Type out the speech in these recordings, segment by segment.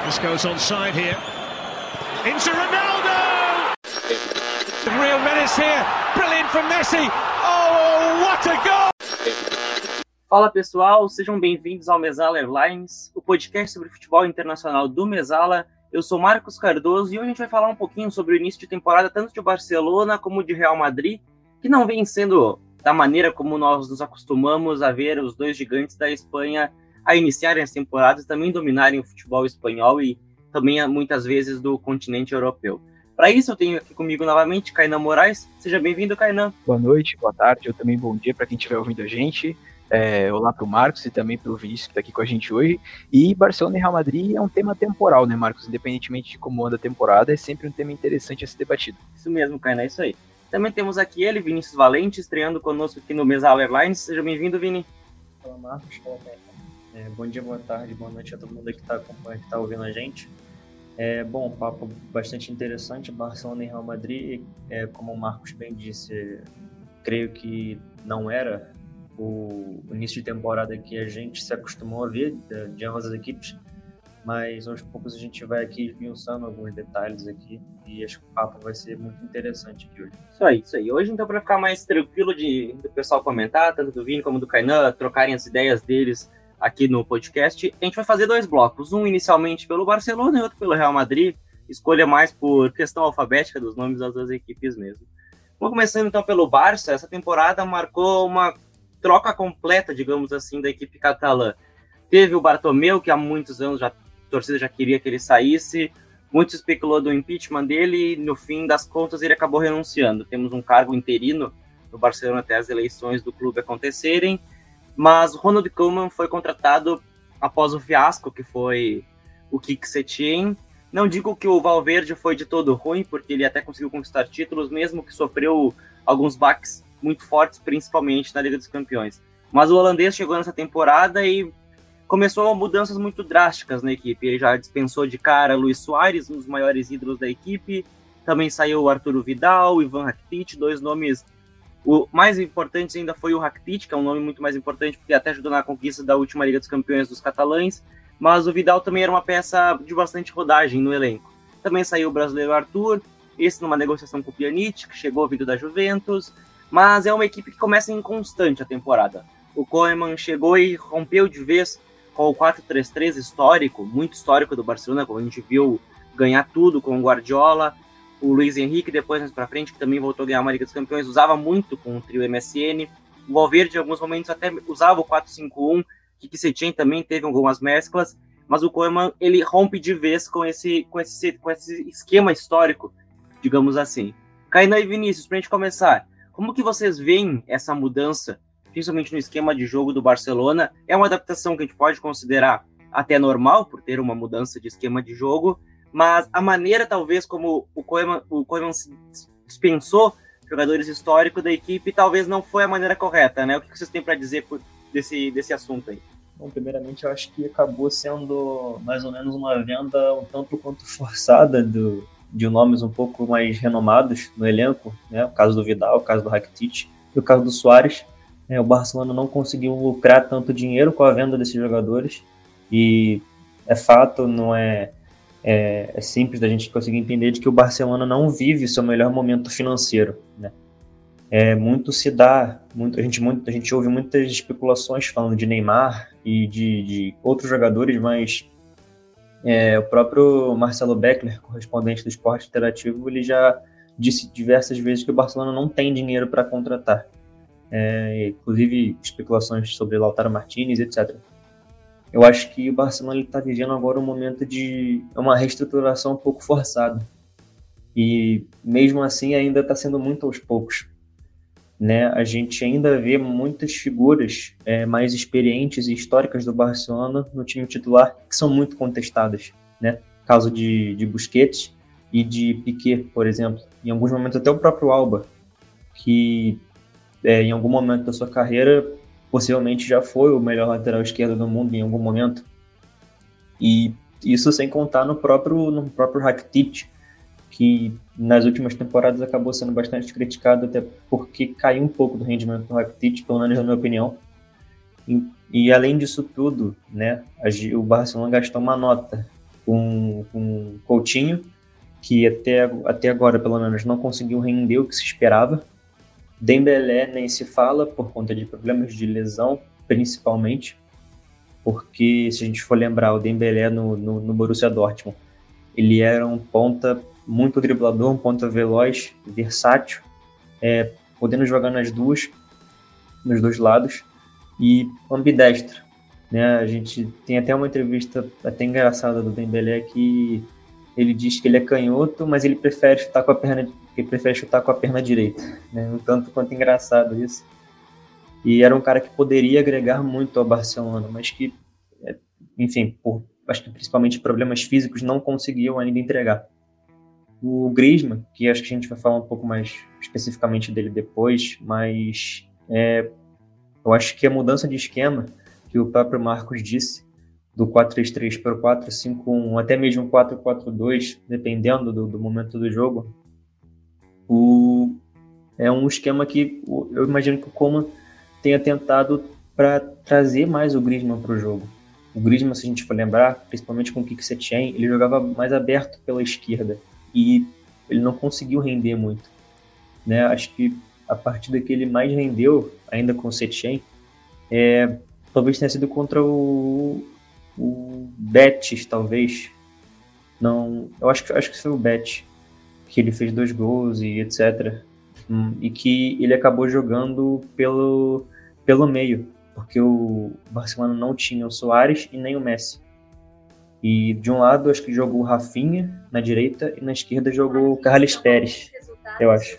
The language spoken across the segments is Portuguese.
This goes onside here. Into Ronaldo! Real menace here. Brilliant from Messi. Oh, what a goal! Fala pessoal, sejam bem-vindos ao Mezala Airlines, o podcast sobre futebol internacional do Mezala. Eu sou Marcos Cardoso e hoje a gente vai falar um pouquinho sobre o início de temporada tanto de Barcelona como de Real Madrid, que não vem sendo da maneira como nós nos acostumamos a ver os dois gigantes da Espanha a iniciarem as temporadas e também dominarem o futebol espanhol e também muitas vezes do continente europeu. Para isso eu tenho aqui comigo novamente Kainan Moraes. Seja bem-vindo, Kainan. Boa noite, boa tarde, ou também bom dia para quem estiver ouvindo a gente. Olá para o Marcos e também para o Vinícius que está aqui com a gente hoje. E Barcelona e Real Madrid é um tema temporal, né, Marcos? Independentemente de como anda a temporada, é sempre um tema interessante a ser debatido. Isso mesmo, Kainan, é isso aí. Também temos aqui ele, Vinícius Valente, estreando conosco aqui no Mezala Airlines. Seja bem-vindo, Vini. Fala, Marcos. Fala, bom dia, boa tarde, boa noite a todo mundo que está acompanhando, que está ouvindo a gente. Bom, um papo bastante interessante. Barcelona e Real Madrid, como o Marcos bem disse, creio que não era o início de temporada que a gente se acostumou a ver de ambas as equipes, mas aos poucos a gente vai aqui esmiuçando alguns detalhes aqui e acho que o papo vai ser muito interessante aqui hoje. Isso aí. Hoje, então, para ficar mais tranquilo do pessoal comentar, tanto do Vini como do Kainan, trocarem as ideias deles aqui no podcast, a gente vai fazer dois blocos, um inicialmente pelo Barcelona e outro pelo Real Madrid, escolha mais por questão alfabética dos nomes das duas equipes mesmo. Vamos começando então pelo Barça. Essa temporada marcou uma troca completa, digamos assim, da equipe catalã. Teve o Bartomeu, que há muitos anos a torcida já queria que ele saísse, muito especulou do impeachment dele e no fim das contas ele acabou renunciando. Temos um cargo interino no Barcelona até as eleições do clube acontecerem, mas o Ronald Koeman foi contratado após o fiasco que foi o Quique Setién. Não digo que o Valverde foi de todo ruim, porque ele até conseguiu conquistar títulos, mesmo que sofreu alguns baques muito fortes, principalmente na Liga dos Campeões. Mas o holandês chegou nessa temporada e começou mudanças muito drásticas na equipe. Ele já dispensou de cara Luis Suárez, um dos maiores ídolos da equipe. Também saiu o Arturo Vidal, o Ivan Rakitic, dois nomes. O mais importante ainda foi o Rakitic, que é um nome muito mais importante, porque até ajudou na conquista da última Liga dos Campeões dos catalães. Mas o Vidal também era uma peça de bastante rodagem no elenco. Também saiu o brasileiro Arthur, esse numa negociação com o Pjanic, que chegou vindo da Juventus. Mas é uma equipe que começa inconstante a temporada. O Koeman chegou e rompeu de vez com o 4-3-3 histórico, muito histórico do Barcelona, como a gente viu ganhar tudo com o Guardiola. O Luis Henrique, depois mais pra frente, que também voltou a ganhar uma Liga dos Campeões, usava muito com o trio MSN. O Valverde, em alguns momentos, até usava o 4-5-1, que Setién também teve algumas mesclas, mas o Koeman, ele rompe de vez com esse esquema histórico, digamos assim. Kainan e Vinícius, pra gente começar, como que vocês veem essa mudança, principalmente no esquema de jogo do Barcelona? É uma adaptação que a gente pode considerar até normal, por ter uma mudança de esquema de jogo, mas a maneira, talvez, como o Koeman dispensou jogadores históricos da equipe, talvez não foi a maneira correta, né? O que vocês têm para dizer desse assunto aí? Bom, primeiramente, eu acho que acabou sendo mais ou menos uma venda um tanto quanto forçada de nomes um pouco mais renomados no elenco, né? O caso do Vidal, o caso do Rakitic e o caso do Suárez. O Barcelona não conseguiu lucrar tanto dinheiro com a venda desses jogadores e é fato, não é simples da gente conseguir entender de que o Barcelona não vive seu melhor momento financeiro, né? A gente ouve muitas especulações falando de Neymar e de outros jogadores, mas o próprio Marcelo Beckler, correspondente do Esporte Interativo, ele já disse diversas vezes que o Barcelona não tem dinheiro para contratar. Inclusive especulações sobre Lautaro Martínez, etc. Eu acho que o Barcelona está vivendo agora um momento de uma reestruturação um pouco forçada. E mesmo assim ainda está sendo muito aos poucos, né? A gente ainda vê muitas figuras mais experientes e históricas do Barcelona no time titular que são muito contestadas, né? Caso de Busquets e de Piqué, por exemplo. Em alguns momentos até o próprio Alba, que em algum momento da sua carreira possivelmente já foi o melhor lateral esquerdo do mundo em algum momento. E isso sem contar no próprio Rakitic, que nas últimas temporadas acabou sendo bastante criticado, até porque caiu um pouco do rendimento do Rakitic, pelo menos na minha opinião. E além disso tudo, né, o Barcelona gastou uma nota com Coutinho, que até agora, pelo menos, não conseguiu render o que se esperava. Dembélé nem se fala, por conta de problemas de lesão, principalmente, porque se a gente for lembrar, o Dembélé no Borussia Dortmund, ele era um ponta muito driblador, um ponta veloz, versátil, podendo jogar nos dois lados, e ambidestro, né? A gente tem até uma entrevista até engraçada do Dembélé que ele diz que ele é canhoto, mas ele prefere chutar com a perna direita, né? Um tanto quanto engraçado isso. E era um cara que poderia agregar muito ao Barcelona, mas que, enfim, acho que principalmente problemas físicos, não conseguiu ainda entregar. O Griezmann, que acho que a gente vai falar um pouco mais especificamente dele depois, mas eu acho que a mudança de esquema, que o próprio Marcos disse, do 4-3-3 para o 4-5-1, até mesmo 4-4-2, dependendo do momento do jogo, é um esquema que eu imagino que o Koeman tenha tentado para trazer mais o Griezmann para o jogo. O Griezmann, se a gente for lembrar, principalmente com o Quique Setien, ele jogava mais aberto pela esquerda e ele não conseguiu render muito, né? Acho que a partida que ele mais rendeu, ainda com o Setien, talvez tenha sido contra o Betis, talvez. Não, eu acho que foi o Betis, que ele fez 2 gols e etc. E que ele acabou jogando pelo meio, porque o Barcelona não tinha o Suárez e nem o Messi. E de um lado, acho que jogou o Rafinha na direita e na esquerda jogou o Carles Pérez, eu acho.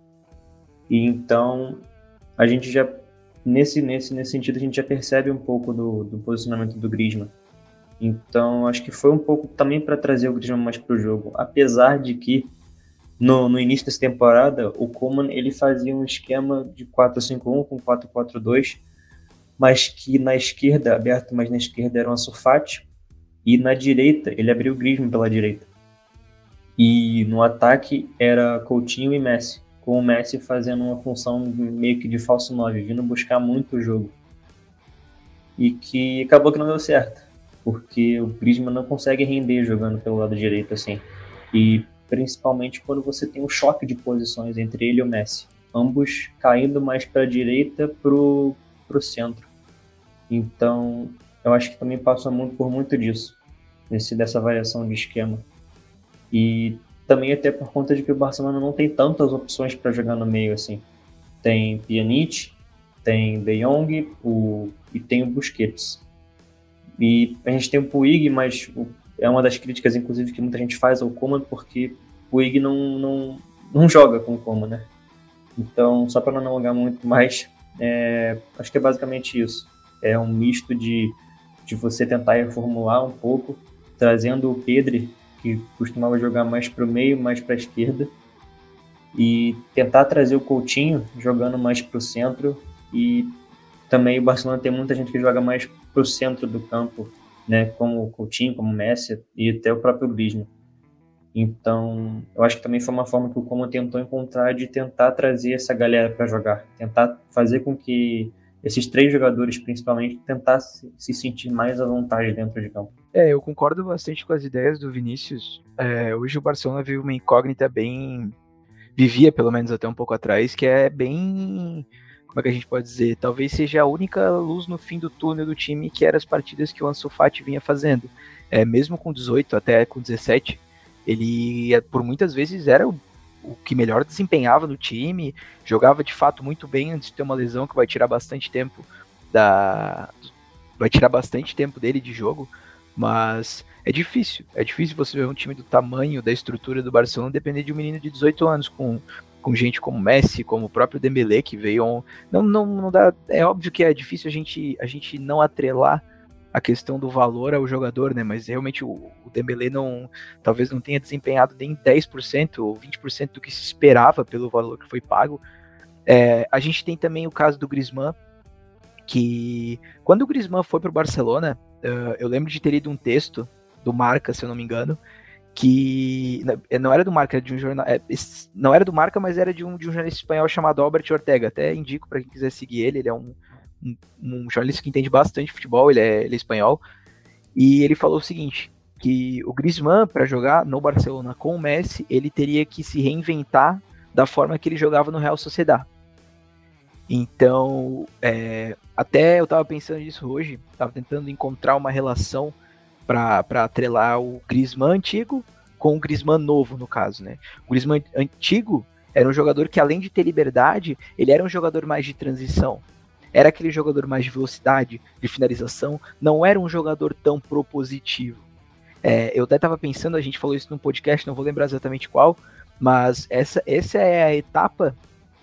E então, a gente já, nesse sentido, a gente já percebe um pouco do posicionamento do Griezmann. Então, acho que foi um pouco também para trazer o Griezmann mais para o jogo. Apesar de que, no início dessa temporada, o Koeman ele fazia um esquema de 4-5-1 com 4-4-2, mas que na esquerda, aberto mais na esquerda, era o Ansu Fati, e na direita, ele abriu o Griezmann pela direita. E no ataque era Coutinho e Messi, com o Messi fazendo uma função meio que de falso 9, vindo buscar muito o jogo. E que acabou que não deu certo, porque o Griezmann não consegue render jogando pelo lado direito assim. E principalmente quando você tem um choque de posições entre ele e o Messi, ambos caindo mais para a direita pro centro. Então, eu acho que também passa por muito disso, dessa variação de esquema. E também até por conta de que o Barcelona não tem tantas opções para jogar no meio assim. Tem Pjanic, tem De Jong e tem o Busquets. E a gente tem o Puig, mas é uma das críticas, inclusive, que muita gente faz ao Koeman, porque o Puig não joga com o Koeman, né? Então, só para não alongar muito mais, acho que é basicamente isso. É um misto de você tentar reformular um pouco, trazendo o Pedri, que costumava jogar mais para o meio, mais para a esquerda, e tentar trazer o Coutinho jogando mais para o centro. E também o Barcelona tem muita gente que joga mais para o centro do campo, né, como o Coutinho, como o Messi e até o próprio Griezmann. Então, eu acho que também foi uma forma que o Koeman tentou encontrar de tentar trazer essa galera para jogar, tentar fazer com que esses 3 jogadores, principalmente, tentassem se sentir mais à vontade dentro de campo. Eu concordo bastante com as ideias do Vinícius. Hoje o Barcelona vive uma incógnita vivia pelo menos até um pouco atrás, que é bem, como é que a gente pode dizer, talvez seja a única luz no fim do túnel do time, que eram as partidas que o Ansu Fati vinha fazendo. Mesmo com 18 até com 17, ele por muitas vezes era o que melhor desempenhava no time, jogava de fato muito bem antes de ter uma lesão que vai tirar bastante tempo dele de jogo, mas é difícil você ver um time do tamanho, da estrutura do Barcelona depender de um menino de 18 anos com gente como Messi, como o próprio Dembélé, que veio, não dá, é óbvio que é difícil a gente não atrelar a questão do valor ao jogador, né? Mas realmente o Dembélé talvez não tenha desempenhado nem 10% ou 20% do que se esperava pelo valor que foi pago. A gente tem também o caso do Griezmann, que quando o Griezmann foi para o Barcelona, eu lembro de ter lido um texto do Marca, se eu não me engano, que não era do Marca, era de um jornal, não era do Marca, mas era de um jornalista espanhol chamado Albert Ortega. Até indico para quem quiser seguir ele é um jornalista que entende bastante futebol, ele é espanhol, e ele falou o seguinte, que o Griezmann, para jogar no Barcelona com o Messi, ele teria que se reinventar da forma que ele jogava no Real Sociedad. Então, até eu estava pensando nisso hoje, estava tentando encontrar uma relação para atrelar o Griezmann antigo com o Griezmann novo, no caso, né? O Griezmann antigo era um jogador que, além de ter liberdade, ele era um jogador mais de transição. Era aquele jogador mais de velocidade, de finalização, não era um jogador tão propositivo. Eu até estava pensando, a gente falou isso num podcast, não vou lembrar exatamente qual, mas essa é a etapa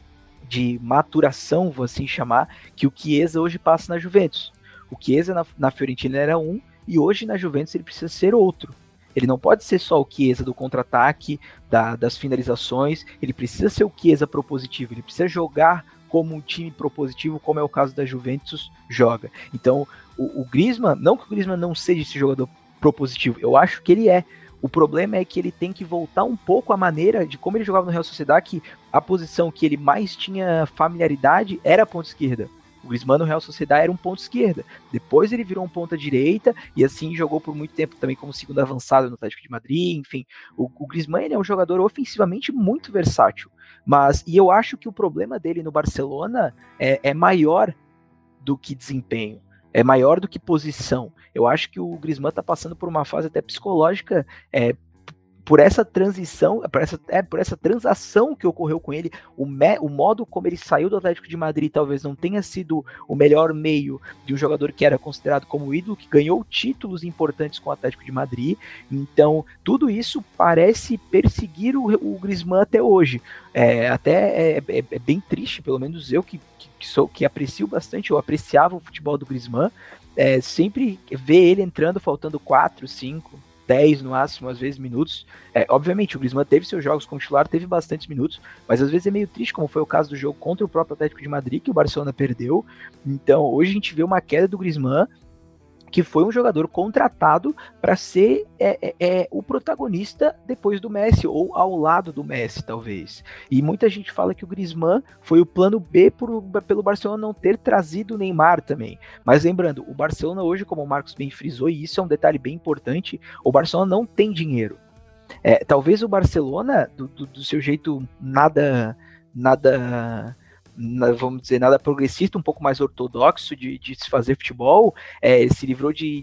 de maturação, vou assim chamar, que o Chiesa hoje passa na Juventus. O Chiesa na Fiorentina era um, e hoje na Juventus ele precisa ser outro. Ele não pode ser só o Chiesa do contra-ataque, das finalizações, ele precisa ser o Chiesa propositivo, ele precisa jogar como um time propositivo, como é o caso da Juventus joga. Então, o Griezmann, não que o Griezmann não seja esse jogador propositivo, eu acho que ele é. O problema é que ele tem que voltar um pouco à maneira de como ele jogava no Real Sociedad, que a posição que ele mais tinha familiaridade era a ponta esquerda. O Griezmann no Real Sociedad era um ponta esquerda. Depois ele virou um ponta direita e assim jogou por muito tempo também como segundo avançado no Atlético de Madrid. Enfim, o Griezmann ele é um jogador ofensivamente muito versátil. E eu acho que o problema dele no Barcelona é maior do que desempenho. É maior do que posição. Eu acho que o Griezmann está passando por uma fase até psicológica por essa transição, por essa transação que ocorreu com ele, o modo como ele saiu do Atlético de Madrid talvez não tenha sido o melhor meio de um jogador que era considerado como ídolo, que ganhou títulos importantes com o Atlético de Madrid. Então, tudo isso parece perseguir o Griezmann até hoje. Até é bem triste, pelo menos eu que aprecio bastante, eu apreciava o futebol do Griezmann, sempre ver ele entrando faltando 4, 5, 10 no máximo, às vezes minutos. Obviamente, o Griezmann teve seus jogos como titular, teve bastantes minutos, mas às vezes é meio triste, como foi o caso do jogo contra o próprio Atlético de Madrid, que o Barcelona perdeu. Então, hoje a gente vê uma queda do Griezmann, que foi um jogador contratado para ser o protagonista depois do Messi, ou ao lado do Messi, talvez. E muita gente fala que o Griezmann foi o plano B pelo Barcelona não ter trazido o Neymar também. Mas lembrando, o Barcelona hoje, como o Marcos bem frisou, e isso é um detalhe bem importante, o Barcelona não tem dinheiro. Talvez o Barcelona, do seu jeito vamos dizer, nada progressista, um pouco mais ortodoxo de se fazer futebol, se livrou de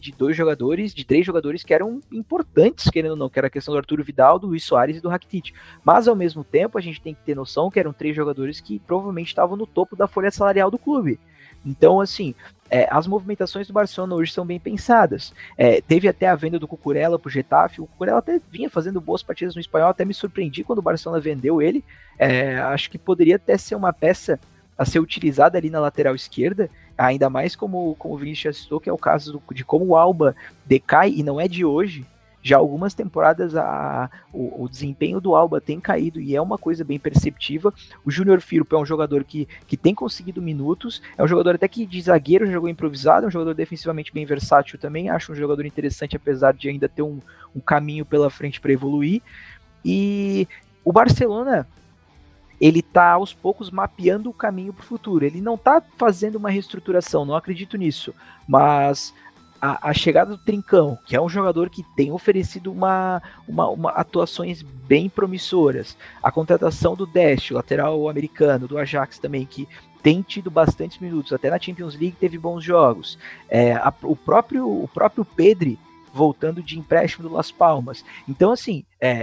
3 jogadores que eram importantes, querendo ou não, que era a questão do Arturo Vidal, do Luis Soares e do Rakitic. Mas, ao mesmo tempo, a gente tem que ter noção que eram 3 jogadores que provavelmente estavam no topo da folha salarial do clube. Então, assim, as movimentações do Barcelona hoje são bem pensadas. Teve até a venda do Cucurella pro Getafe. O Cucurella até vinha fazendo boas partidas no espanhol, até me surpreendi quando o Barcelona vendeu ele. Acho que poderia até ser uma peça a ser utilizada ali na lateral esquerda, ainda mais como o Vinícius já citou, que é o caso de como o Alba decai, e não é de hoje. Já algumas temporadas o desempenho do Alba tem caído e é uma coisa bem perceptiva. O Júnior Firpo é um jogador que tem conseguido minutos, é um jogador até que de zagueiro jogou improvisado, é um jogador defensivamente bem versátil também, acho um jogador interessante, apesar de ainda ter um caminho pela frente para evoluir. E o Barcelona, ele tá aos poucos mapeando o caminho para o futuro. Ele não tá fazendo uma reestruturação, não acredito nisso, mas a chegada do Trincão, que é um jogador que tem oferecido uma atuações bem promissoras, a contratação do Dest, lateral americano, do Ajax também, que tem tido bastantes minutos, até na Champions League teve bons jogos, o próprio Pedri voltando de empréstimo do Las Palmas. Então, assim,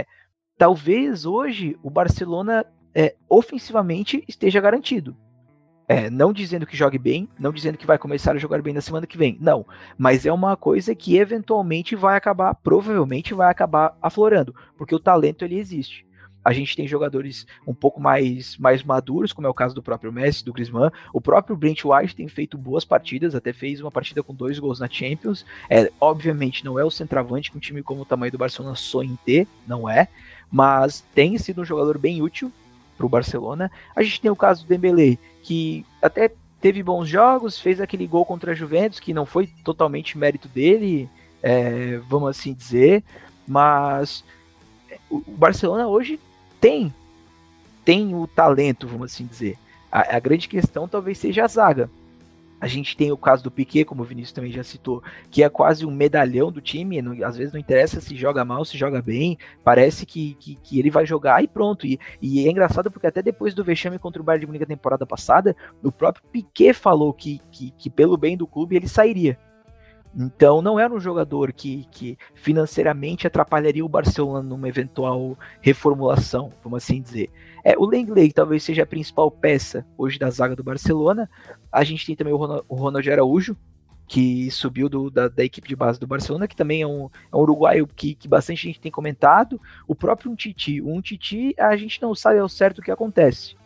talvez hoje o Barcelona ofensivamente esteja garantido. Não dizendo que jogue bem, não dizendo que vai começar a jogar bem na semana que vem, não, mas é uma coisa que eventualmente provavelmente vai acabar aflorando, porque o talento ele existe. A gente tem jogadores um pouco mais maduros, como é o caso do próprio Messi, do Griezmann. O próprio Brent White tem feito boas partidas, até fez uma partida com 2 gols na Champions. Obviamente não é o centroavante que um time como o tamanho do Barcelona sonha em ter, não é, mas tem sido um jogador bem útil para o Barcelona. A gente tem o caso do Dembélé, que até teve bons jogos, fez aquele gol contra a Juventus, que não foi totalmente mérito dele, vamos assim dizer, mas o Barcelona hoje tem o talento, vamos assim dizer. A grande questão talvez seja a zaga. A gente tem o caso do Piquet, como o Vinícius também já citou, que é quase um medalhão do time. Às vezes não interessa se joga mal, se joga bem. Parece que ele vai jogar e pronto. E é engraçado porque até depois do vexame contra o Bayern de Munique na temporada passada, o próprio Piquet falou que pelo bem do clube ele sairia. Então não era um jogador que financeiramente atrapalharia o Barcelona numa eventual reformulação, vamos assim dizer. O Lenglet talvez seja a principal peça hoje da zaga do Barcelona. A gente tem também o Ronald Araújo, que subiu da equipe de base do Barcelona, que também é um uruguaio que bastante gente tem comentado. O próprio Umtiti, a gente não sabe ao certo o que acontece.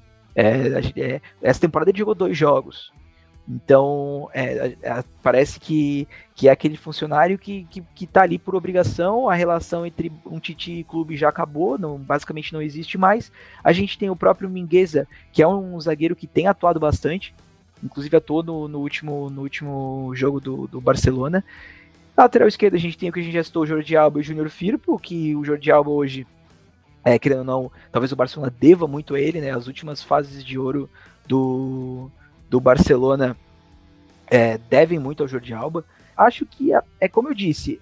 Essa temporada ele jogou 2 jogos. Então, parece que é aquele funcionário que tá ali por obrigação. A relação entre Umtiti e clube já acabou, basicamente não existe mais. A gente tem o próprio Mingueza, que é um zagueiro que tem atuado bastante, inclusive atuou no último jogo do Barcelona. Na lateral esquerda a gente tem o que a gente já citou, o Jordi Alba e o Júnior Firpo, que o Jordi Alba hoje, querendo ou não, talvez o Barcelona deva muito a ele, né? As últimas fases de ouro do Barcelona devem muito ao Jordi Alba. Acho que como eu disse,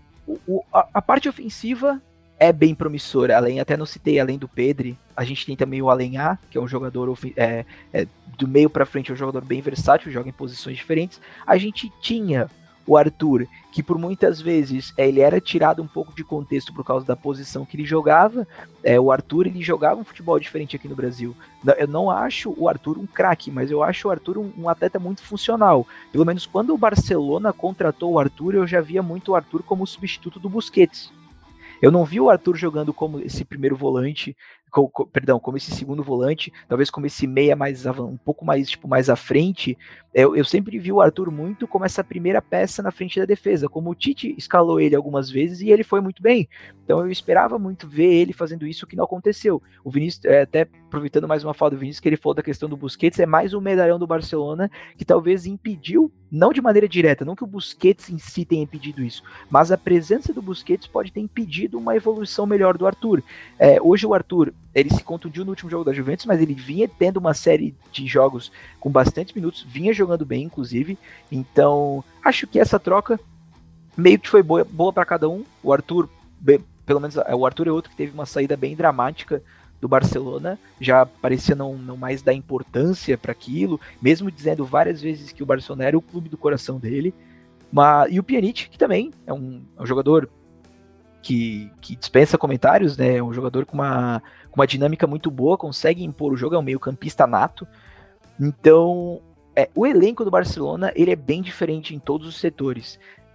a parte ofensiva é bem promissora. Até não citei, além do Pedri, a gente tem também o Alenyá, que é um jogador do meio para frente, é um jogador bem versátil, joga em posições diferentes. A gente tinha o Arthur, que por muitas vezes ele era tirado um pouco de contexto por causa da posição que ele jogava. O Arthur, ele jogava um futebol diferente aqui no Brasil. Eu não acho o Arthur um craque, mas eu acho o Arthur um atleta muito funcional. Pelo menos quando o Barcelona contratou o Arthur, eu já via muito o Arthur como substituto do Busquets. Eu não vi o Arthur jogando como esse primeiro volante, como esse segundo volante, talvez como esse meia um pouco mais à frente. Eu sempre vi o Arthur muito como essa primeira peça na frente da defesa, como o Tite escalou ele algumas vezes e ele foi muito bem. Então eu esperava muito ver ele fazendo isso, que não aconteceu. O Vinícius, até aproveitando mais uma fala do Vinícius, que ele falou da questão do Busquets, é mais um medalhão do Barcelona que talvez impediu, não de maneira direta, não que o Busquets em si tenha impedido isso, mas a presença do Busquets pode ter impedido uma evolução melhor do Arthur. Hoje o Arthur, ele se contundiu no último jogo da Juventus, mas ele vinha tendo uma série de jogos com bastantes minutos, vinha jogando bem, inclusive. Então, acho que essa troca meio que foi boa para cada um. O Arthur, pelo menos o Arthur é outro que teve uma saída bem dramática do Barcelona, já parecia não mais dar importância para aquilo, mesmo dizendo várias vezes que o Barcelona era o clube do coração dele. E o Pjanic, que também é um jogador que dispensa comentários, né? É um jogador com uma dinâmica muito boa, consegue impor o jogo, é um meio-campista nato. Então, o elenco do Barcelona, ele é bem diferente em todos os setores.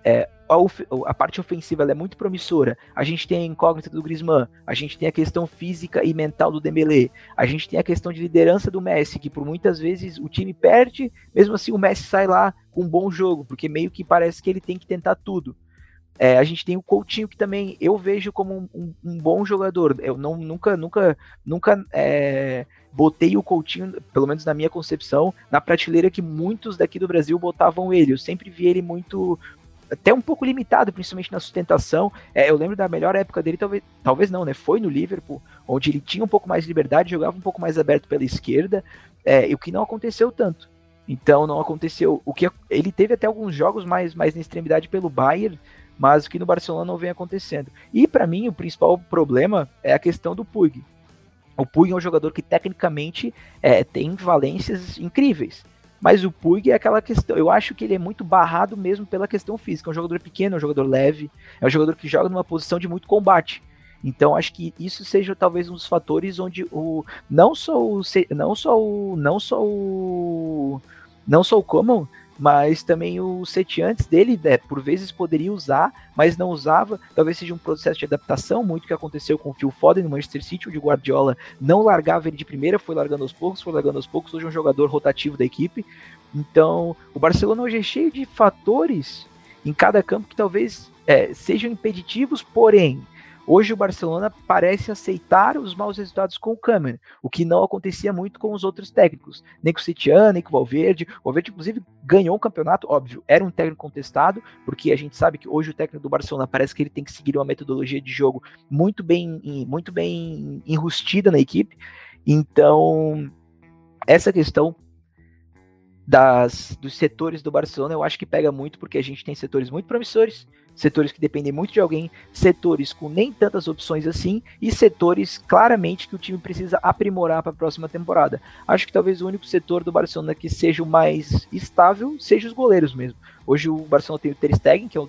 A parte ofensiva ela é muito promissora. A gente tem a incógnita do Griezmann, a gente tem a questão física e mental do Dembélé, a gente tem a questão de liderança do Messi, que por muitas vezes o time perde, mesmo assim o Messi sai lá com um bom jogo, porque meio que parece que ele tem que tentar tudo. A gente tem o Coutinho, que também eu vejo como um bom jogador. Eu nunca botei o Coutinho, pelo menos na minha concepção, na prateleira que muitos daqui do Brasil botavam ele. Eu sempre vi ele muito, até um pouco limitado, principalmente na sustentação. Eu lembro da melhor época dele, talvez não, né? Foi no Liverpool, onde ele tinha um pouco mais de liberdade, jogava um pouco mais aberto pela esquerda, o que não aconteceu tanto. Então não aconteceu. Ele teve até alguns jogos mais na extremidade pelo Bayern, mas o que no Barcelona não vem acontecendo. E para mim o principal problema é a questão do Puig. O Puig é um jogador que tecnicamente tem valências incríveis, mas o Puig é aquela questão, eu acho que ele é muito barrado mesmo pela questão física. É um jogador pequeno, é um jogador leve, é um jogador que joga numa posição de muito combate. Então acho que isso seja talvez um dos fatores onde não só o Coman, mas também o Setiantes dele, por vezes poderia usar, mas não usava. Talvez seja um processo de adaptação, muito que aconteceu com o Phil Foden no Manchester City, onde o Guardiola não largava ele de primeira, foi largando aos poucos, hoje é um jogador rotativo da equipe. Então, o Barcelona hoje é cheio de fatores em cada campo que talvez sejam impeditivos, porém, hoje o Barcelona parece aceitar os maus resultados com o Koeman, o que não acontecia muito com os outros técnicos, nem com o Setien, nem com o Valverde. O Valverde, inclusive, ganhou um campeonato, óbvio, era um técnico contestado, porque a gente sabe que hoje o técnico do Barcelona parece que ele tem que seguir uma metodologia de jogo muito bem enrustida na equipe. Então, essa questão dos setores do Barcelona, eu acho que pega muito, porque a gente tem setores muito promissores, setores que dependem muito de alguém, setores com nem tantas opções assim, e setores claramente que o time precisa aprimorar para a próxima temporada. Acho que talvez o único setor do Barcelona que seja o mais estável seja os goleiros mesmo. Hoje o Barcelona tem o Ter Stegen, que é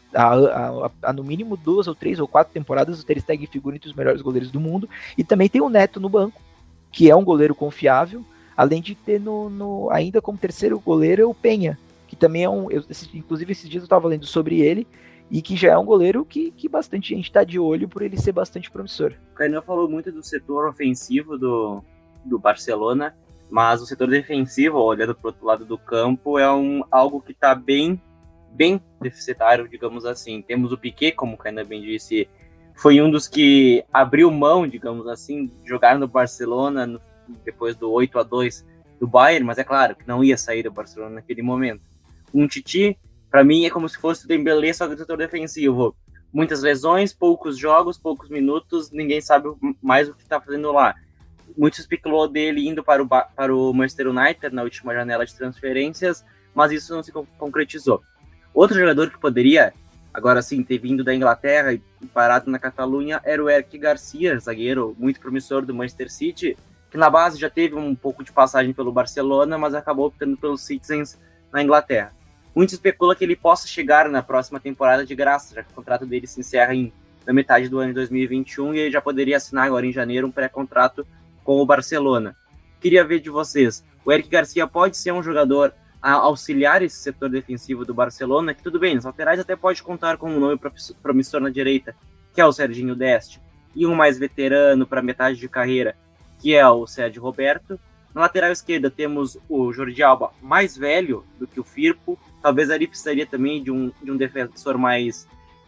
há no mínimo 2 ou 3 ou 4 temporadas o Ter Stegen figura entre os melhores goleiros do mundo, e também tem o Neto no banco, que é um goleiro confiável, além de ter ainda como terceiro goleiro o Penha, que também é inclusive esses dias eu estava lendo sobre ele, e que já é um goleiro que bastante gente está de olho por ele ser bastante promissor. O Kainan falou muito do setor ofensivo do Barcelona, mas o setor defensivo, olhando para o outro lado do campo, é algo que está bem deficitário, digamos assim. Temos o Piqué, como o Kainan bem disse, foi um dos que abriu mão, digamos assim, de jogar no Barcelona depois do 8-2 do Bayern, mas é claro que não ia sair do Barcelona naquele momento. Um Titi, para mim, é como se fosse o Dembélé, só que do setor defensivo. Muitas lesões, poucos jogos, poucos minutos, ninguém sabe mais o que está fazendo lá. Muito se especulou dele indo para o Manchester United na última janela de transferências, mas isso não se concretizou. Outro jogador que poderia, agora sim, ter vindo da Inglaterra e parado na Catalunha era o Eric Garcia, zagueiro muito promissor do Manchester City, que na base já teve um pouco de passagem pelo Barcelona, mas acabou optando pelos Citizens na Inglaterra. Muito especula que ele possa chegar na próxima temporada de graça, já que o contrato dele se encerra na metade do ano de 2021 e ele já poderia assinar agora em janeiro um pré-contrato com o Barcelona. Queria ver de vocês, o Eric Garcia pode ser um jogador a auxiliar esse setor defensivo do Barcelona, que tudo bem, nos laterais até pode contar com um nome promissor na direita, que é o Serginho Dest, e um mais veterano para metade de carreira, que é o Sérgio Roberto. Na lateral esquerda temos o Jordi Alba, mais velho do que o Firpo. Talvez ali precisaria também de um defensor mais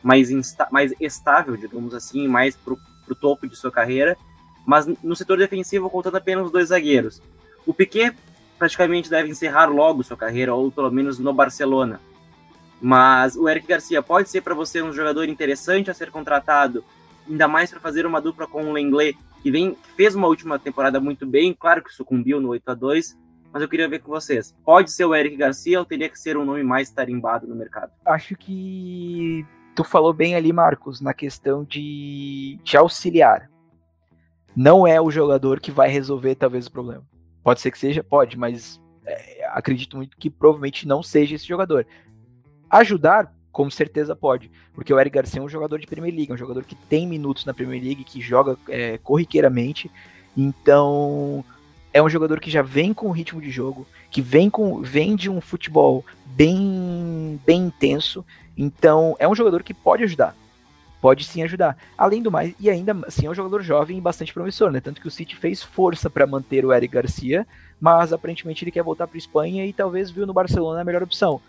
estável, digamos assim, mais pro topo de sua carreira. Mas no setor defensivo, contando apenas os 2 zagueiros. O Piqué praticamente deve encerrar logo sua carreira, ou pelo menos no Barcelona. Mas o Eric Garcia pode ser para você um jogador interessante a ser contratado, ainda mais para fazer uma dupla com o Lenglet, que fez uma última temporada muito bem, claro que sucumbiu no 8-2, mas eu queria ver com vocês. Pode ser o Eric Garcia ou teria que ser um nome mais tarimbado no mercado? Acho que tu falou bem ali, Marcos, na questão de auxiliar. Não é o jogador que vai resolver talvez o problema. Pode ser que seja, pode, mas acredito muito que provavelmente não seja esse jogador. Ajudar, com certeza pode, porque o Eric Garcia é um jogador de Premier League, é um jogador que tem minutos na Premier League, que joga corriqueiramente, então é um jogador que já vem com o ritmo de jogo, que vem de um futebol bem intenso, então é um jogador que pode ajudar, pode sim ajudar. Além do mais, e ainda assim é um jogador jovem e bastante promissor, né? Tanto que o City fez força para manter o Eric Garcia, mas aparentemente ele quer voltar para a Espanha e talvez viu no Barcelona a melhor opção.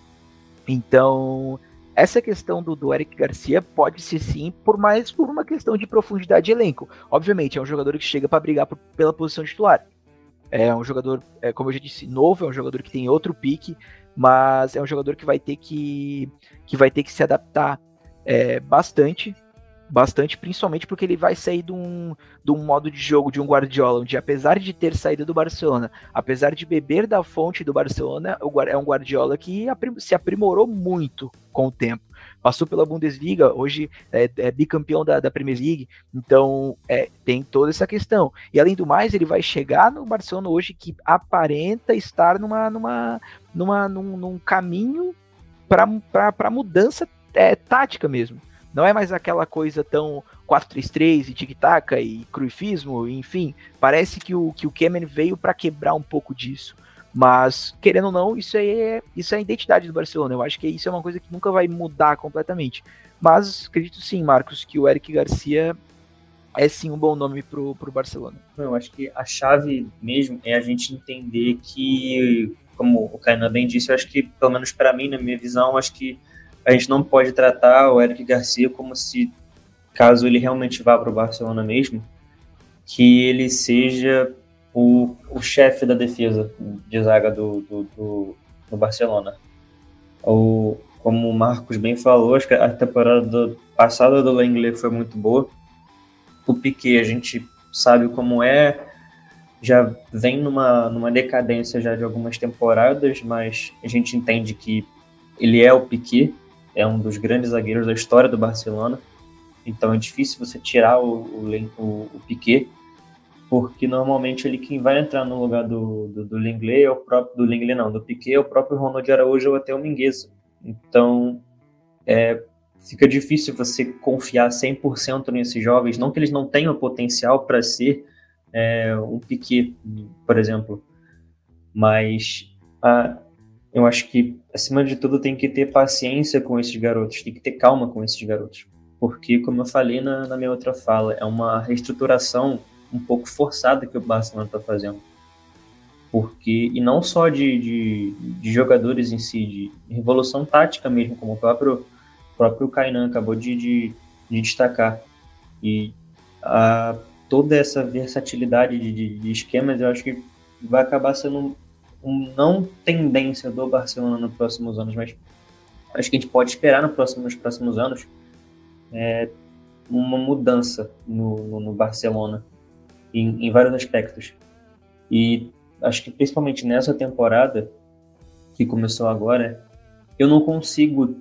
Então, essa questão do Eric Garcia pode ser sim, por uma questão de profundidade de elenco. Obviamente, é um jogador que chega para brigar pela posição titular. É um jogador, como eu já disse, novo, é um jogador que tem outro pique, mas é um jogador que vai ter que se adaptar bastante, principalmente porque ele vai sair de um modo de jogo de um Guardiola, onde apesar de ter saído do Barcelona, apesar de beber da fonte do Barcelona, é um Guardiola que se aprimorou muito com o tempo. Passou pela Bundesliga, hoje é bicampeão da Premier League, então tem toda essa questão. E além do mais, ele vai chegar no Barcelona hoje que aparenta estar num caminho para mudança tática mesmo. Não é mais aquela coisa tão 4-3-3 e tic-tac e cruifismo, enfim. Parece que o Kemen veio para quebrar um pouco disso. Mas, querendo ou não, isso é a identidade do Barcelona. Eu acho que isso é uma coisa que nunca vai mudar completamente. Mas acredito sim, Marcos, que o Eric Garcia é sim um bom nome pro Barcelona. Eu acho que a chave mesmo é a gente entender que, como o Kainan bem disse, eu acho que, pelo menos para mim, na minha visão, acho que a gente não pode tratar o Eric Garcia como se, caso ele realmente vá para o Barcelona mesmo, que ele seja o chefe da defesa de zaga do Barcelona. Como o Marcos bem falou, acho que a temporada passada do Lenglet foi muito boa. O Piqué, a gente sabe como é. já vem numa decadência já de algumas temporadas, mas a gente entende que ele é o Piqué, é um dos grandes zagueiros da história do Barcelona, então é difícil você tirar o Piqué, porque normalmente ele quem vai entrar no lugar do Lenglet é o próprio, do Lenglet não, do Piqué é o próprio Ronald Araújo ou até o Mingueza. Então fica difícil você confiar 100% nesses jovens, não que eles não tenham potencial para ser um Piqué, por exemplo, mas eu acho que, acima de tudo, tem que ter paciência com esses garotos, tem que ter calma com esses garotos, porque, como eu falei na minha outra fala, é uma reestruturação um pouco forçada que o Barcelona está fazendo, e não só de jogadores em si, de revolução tática mesmo, como o próprio Kainan acabou de destacar, e toda essa versatilidade de esquemas, eu acho que vai acabar sendo não tendência do Barcelona nos próximos anos, mas acho que a gente pode esperar nos próximos anos uma mudança no Barcelona em vários aspectos. E acho que principalmente nessa temporada que começou agora, eu não consigo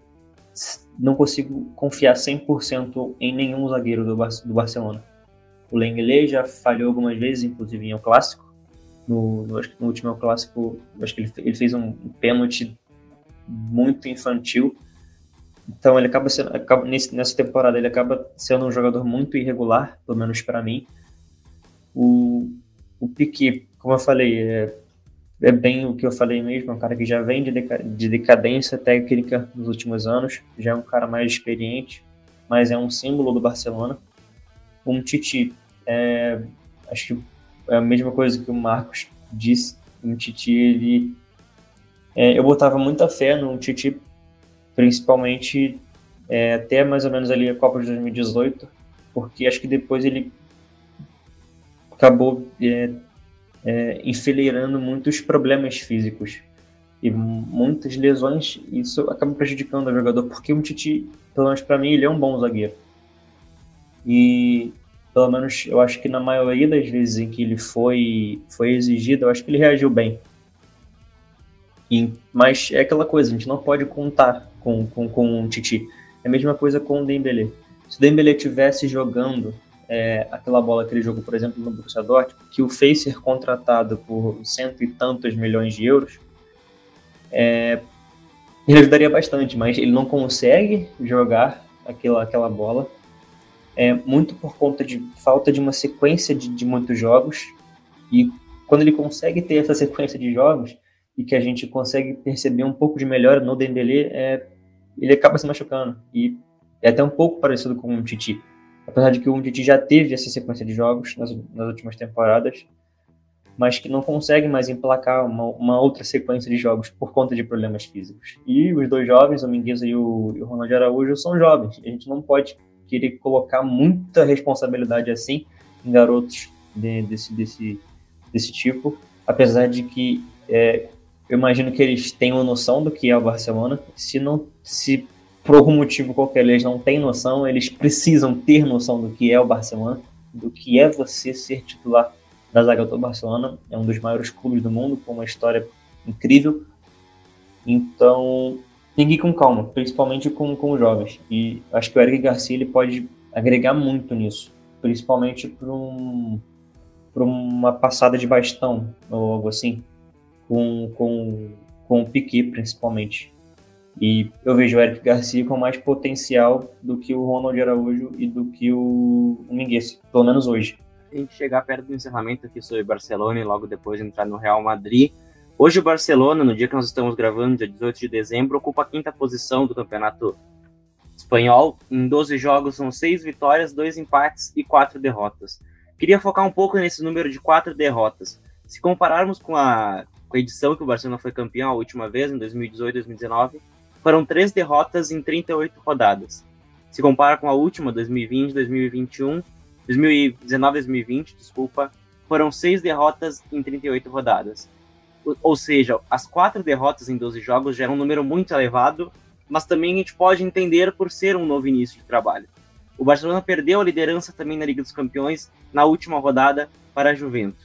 confiar 100% em nenhum zagueiro do Barcelona. O Lenglet já falhou algumas vezes, inclusive em El Clássico. Acho que no último El Clássico, acho que ele fez um pênalti muito infantil. Então ele nessa temporada ele acaba sendo um jogador muito irregular, pelo menos para mim. O Piqué, como eu falei, é bem o que eu falei mesmo, é um cara que já vem de decadência técnica nos últimos anos, já é um cara mais experiente, mas é um símbolo do Barcelona. Um Titi, acho que é a mesma coisa que o Marcos disse. Um Titi, eu botava muita fé no Titi, principalmente até mais ou menos ali a Copa de 2018, porque acho que depois ele acabou enfileirando muitos problemas físicos e muitas lesões, e isso acaba prejudicando o jogador, porque o Titi, pelo menos para mim, ele é um bom zagueiro. E pelo menos eu acho que na maioria das vezes em que ele foi exigido, eu acho que ele reagiu bem. Mas é aquela coisa, a gente não pode contar com o Titi. É a mesma coisa com o Dembélé. Se o Dembélé estivesse jogando aquela bola que ele jogou, por exemplo, no Borussia Dortmund, que o fez ser contratado por 100 e tantos milhões de euros, ele ajudaria bastante, mas ele não consegue jogar aquela bola, muito por conta de falta de uma sequência de muitos jogos, e quando ele consegue ter essa sequência de jogos, e que a gente consegue perceber um pouco de melhora no Dembélé, ele acaba se machucando, e é até um pouco parecido com o Titi, apesar de que o Titi já teve essa sequência de jogos nas últimas temporadas, mas que não consegue mais emplacar uma outra sequência de jogos por conta de problemas físicos. E os dois jovens, o Mingueza e o Ronald Araújo, são jovens. A gente não pode querer colocar muita responsabilidade assim em garotos desse tipo, apesar de que eu imagino que eles tenham noção do que é o Barcelona. Se por algum motivo qualquer eles não têm noção, eles precisam ter noção do que é o Barcelona, do que é você ser titular da zaga do Barcelona. É um dos maiores clubes do mundo, com uma história incrível. Então, tem que ir com calma, principalmente com os jovens. E acho que o Eric Garcia ele pode agregar muito nisso, principalmente por uma passada de bastão ou algo assim, com o Piqué, principalmente. E eu vejo o Eric Garcia com mais potencial do que o Ronald Araújo e do que o Mingueza, pelo menos hoje. A gente chegar perto do encerramento aqui sobre Barcelona e logo depois entrar no Real Madrid. Hoje o Barcelona, no dia que nós estamos gravando, dia 18 de dezembro, ocupa a 5ª posição do campeonato espanhol. Em 12 jogos são 6 vitórias, 2 empates e 4 derrotas. Queria focar um pouco nesse número de 4 derrotas. Se compararmos com a edição que o Barcelona foi campeão a última vez, em 2018 e 2019, foram 3 derrotas em 38 rodadas. Se compara com a última, 2020, 2021, 2019 e 2020, foram 6 derrotas em 38 rodadas. Ou seja, as 4 derrotas em 12 jogos já é um número muito elevado, mas também a gente pode entender por ser um novo início de trabalho. O Barcelona perdeu a liderança também na Liga dos Campeões na última rodada para a Juventus.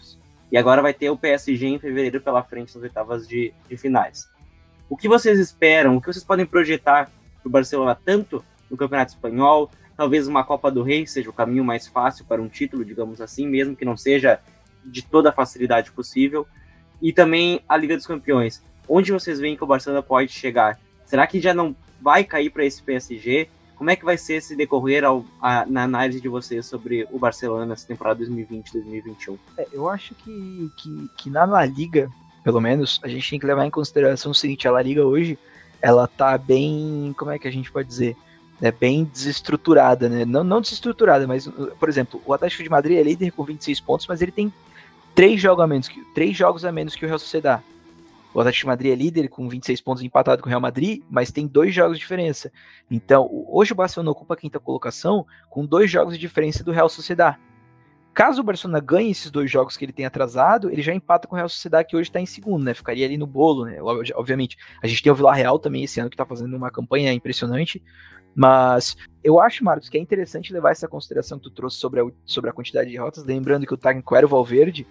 e agora vai ter o PSG em fevereiro pela frente nas oitavas de finais. O que vocês esperam, o que vocês podem projetar para o Barcelona, tanto no Campeonato Espanhol, talvez uma Copa do Rei seja o caminho mais fácil para um título, digamos assim, mesmo que não seja de toda a facilidade possível, e também a Liga dos Campeões. Onde vocês veem que o Barcelona pode chegar? Será que já não vai cair para esse PSG? Como é que vai ser esse decorrer na análise de vocês sobre o Barcelona nessa temporada 2020-2021? Eu acho que na La Liga, pelo menos, a gente tem que levar em consideração o seguinte: a La Liga hoje, ela tá bem, como é que a gente pode dizer? Bem desestruturada, né? Não desestruturada, mas, por exemplo, o Atlético de Madrid é líder com 26 pontos, mas ele tem 3 jogos a menos que o Real Sociedad. O Atlético de Madrid é líder com 26 pontos empatado com o Real Madrid, mas tem 2 jogos de diferença. Então, hoje o Barcelona ocupa a 5ª colocação com 2 jogos de diferença do Real Sociedad. Caso o Barcelona ganhe esses 2 jogos que ele tem atrasado, ele já empata com o Real Sociedad, que hoje está em segundo, né? Ficaria ali no bolo, né? Obviamente. A gente tem o Villarreal também esse ano, que está fazendo uma campanha impressionante. Mas eu acho, Marcos, que é interessante levar essa consideração que tu trouxe sobre a quantidade de derrotas, lembrando que o técnico era o Valverde,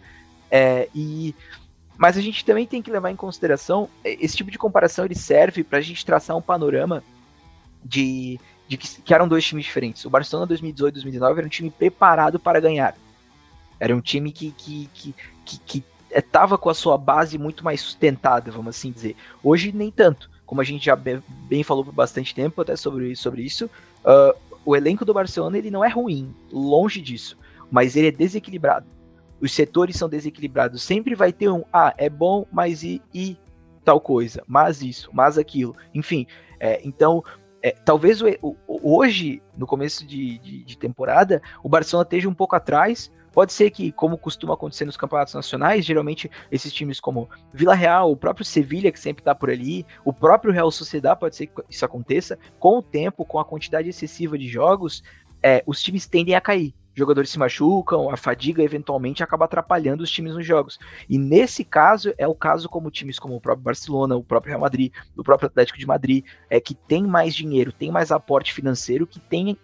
mas a gente também tem que levar em consideração, esse tipo de comparação ele serve para a gente traçar um panorama de que eram 2 times diferentes. O Barcelona 2018-2019 era um time preparado para ganhar. Era um time que estava com a sua base muito mais sustentada, vamos assim dizer. Hoje nem tanto. Como a gente já bem falou por bastante tempo até sobre isso, o elenco do Barcelona ele não é ruim, longe disso, mas ele é desequilibrado. Os setores são desequilibrados, sempre vai ter é bom, mas e tal coisa, mas isso, mas aquilo, enfim. Então, talvez hoje, no começo de temporada, o Barcelona esteja um pouco atrás. Pode ser que, como costuma acontecer nos campeonatos nacionais, geralmente esses times como Villarreal, o próprio Sevilha, que sempre está por ali, o próprio Real Sociedad, pode ser que isso aconteça. Com o tempo, com a quantidade excessiva de jogos, os times tendem a cair. Jogadores se machucam, a fadiga eventualmente acaba atrapalhando os times nos jogos. E nesse caso, é o caso como times como o próprio Barcelona, o próprio Real Madrid, o próprio Atlético de Madrid, que tem mais dinheiro, tem mais aporte financeiro, que tem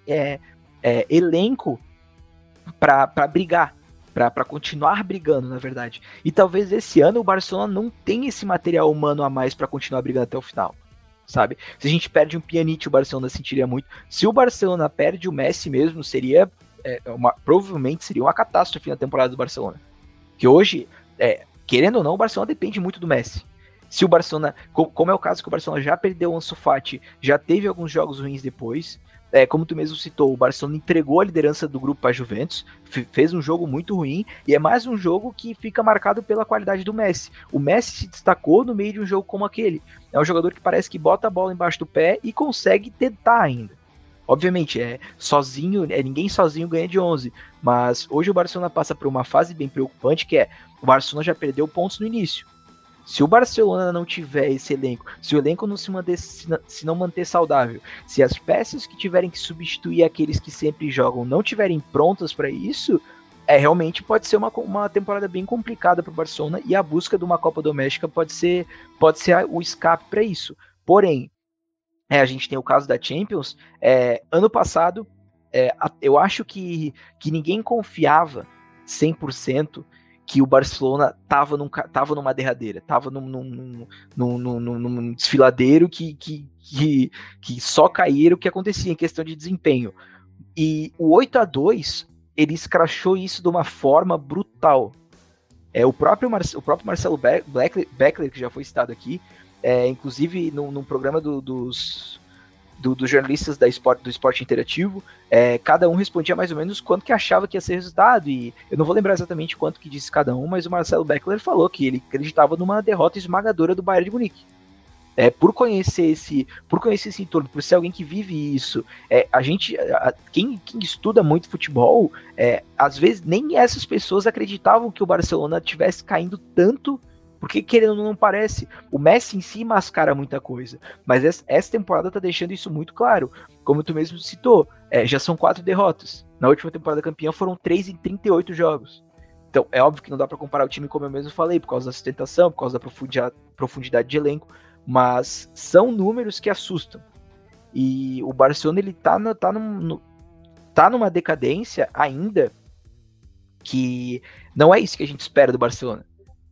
elenco para brigar, para continuar brigando, na verdade. E talvez esse ano o Barcelona não tenha esse material humano a mais para continuar brigando até o final, sabe? Se a gente perde um Pjanic, o Barcelona sentiria muito. Se o Barcelona perde o Messi mesmo, seria provavelmente seria uma catástrofe na temporada do Barcelona. Que hoje, querendo ou não, o Barcelona depende muito do Messi. Se o Barcelona, como é o caso que o Barcelona já perdeu o Ansu Fati, já teve alguns jogos ruins depois, como tu mesmo citou, o Barcelona entregou a liderança do grupo para a Juventus, fez um jogo muito ruim, e é mais um jogo que fica marcado pela qualidade do Messi. O Messi se destacou no meio de um jogo como aquele. É um jogador que parece que bota a bola embaixo do pé e consegue tentar ainda. Obviamente, sozinho, ninguém sozinho ganha de 11, mas hoje o Barcelona passa por uma fase bem preocupante, que o Barcelona já perdeu pontos no início. Se o Barcelona não tiver esse elenco, se o elenco não se não manter saudável, se as peças que tiverem que substituir aqueles que sempre jogam não tiverem prontas para isso, realmente pode ser uma temporada bem complicada para o Barcelona, e a busca de uma Copa Doméstica pode ser o escape para isso. Porém, a gente tem o caso da Champions. Ano passado, eu acho que ninguém confiava 100% que o Barcelona tava numa derradeira, tava num desfiladeiro que só caíram o que acontecia em questão de desempenho. E o 8-2, ele escrachou isso de uma forma brutal. O próprio Marcelo Beckler, que já foi citado aqui, inclusive num programa dos jornalistas do Esporte Interativo, cada um respondia mais ou menos quanto que achava que ia ser o resultado, e eu não vou lembrar exatamente quanto que disse cada um, mas o Marcelo Beckler falou que ele acreditava numa derrota esmagadora do Bayern de Munique. Por conhecer esse entorno, por ser alguém que vive isso, quem estuda muito futebol, às vezes nem essas pessoas acreditavam que o Barcelona estivesse caindo tanto, porque querendo ou não parece. O Messi em si mascara muita coisa, mas essa temporada tá deixando isso muito claro. Como tu mesmo citou, já são 4 derrotas. Na última temporada campeã foram 3 em 38 jogos. Então é óbvio que não dá para comparar o time, como eu mesmo falei, por causa da sustentação, por causa da profundidade de elenco, mas são números que assustam. E o Barcelona ele tá numa decadência ainda que não é isso que a gente espera do Barcelona.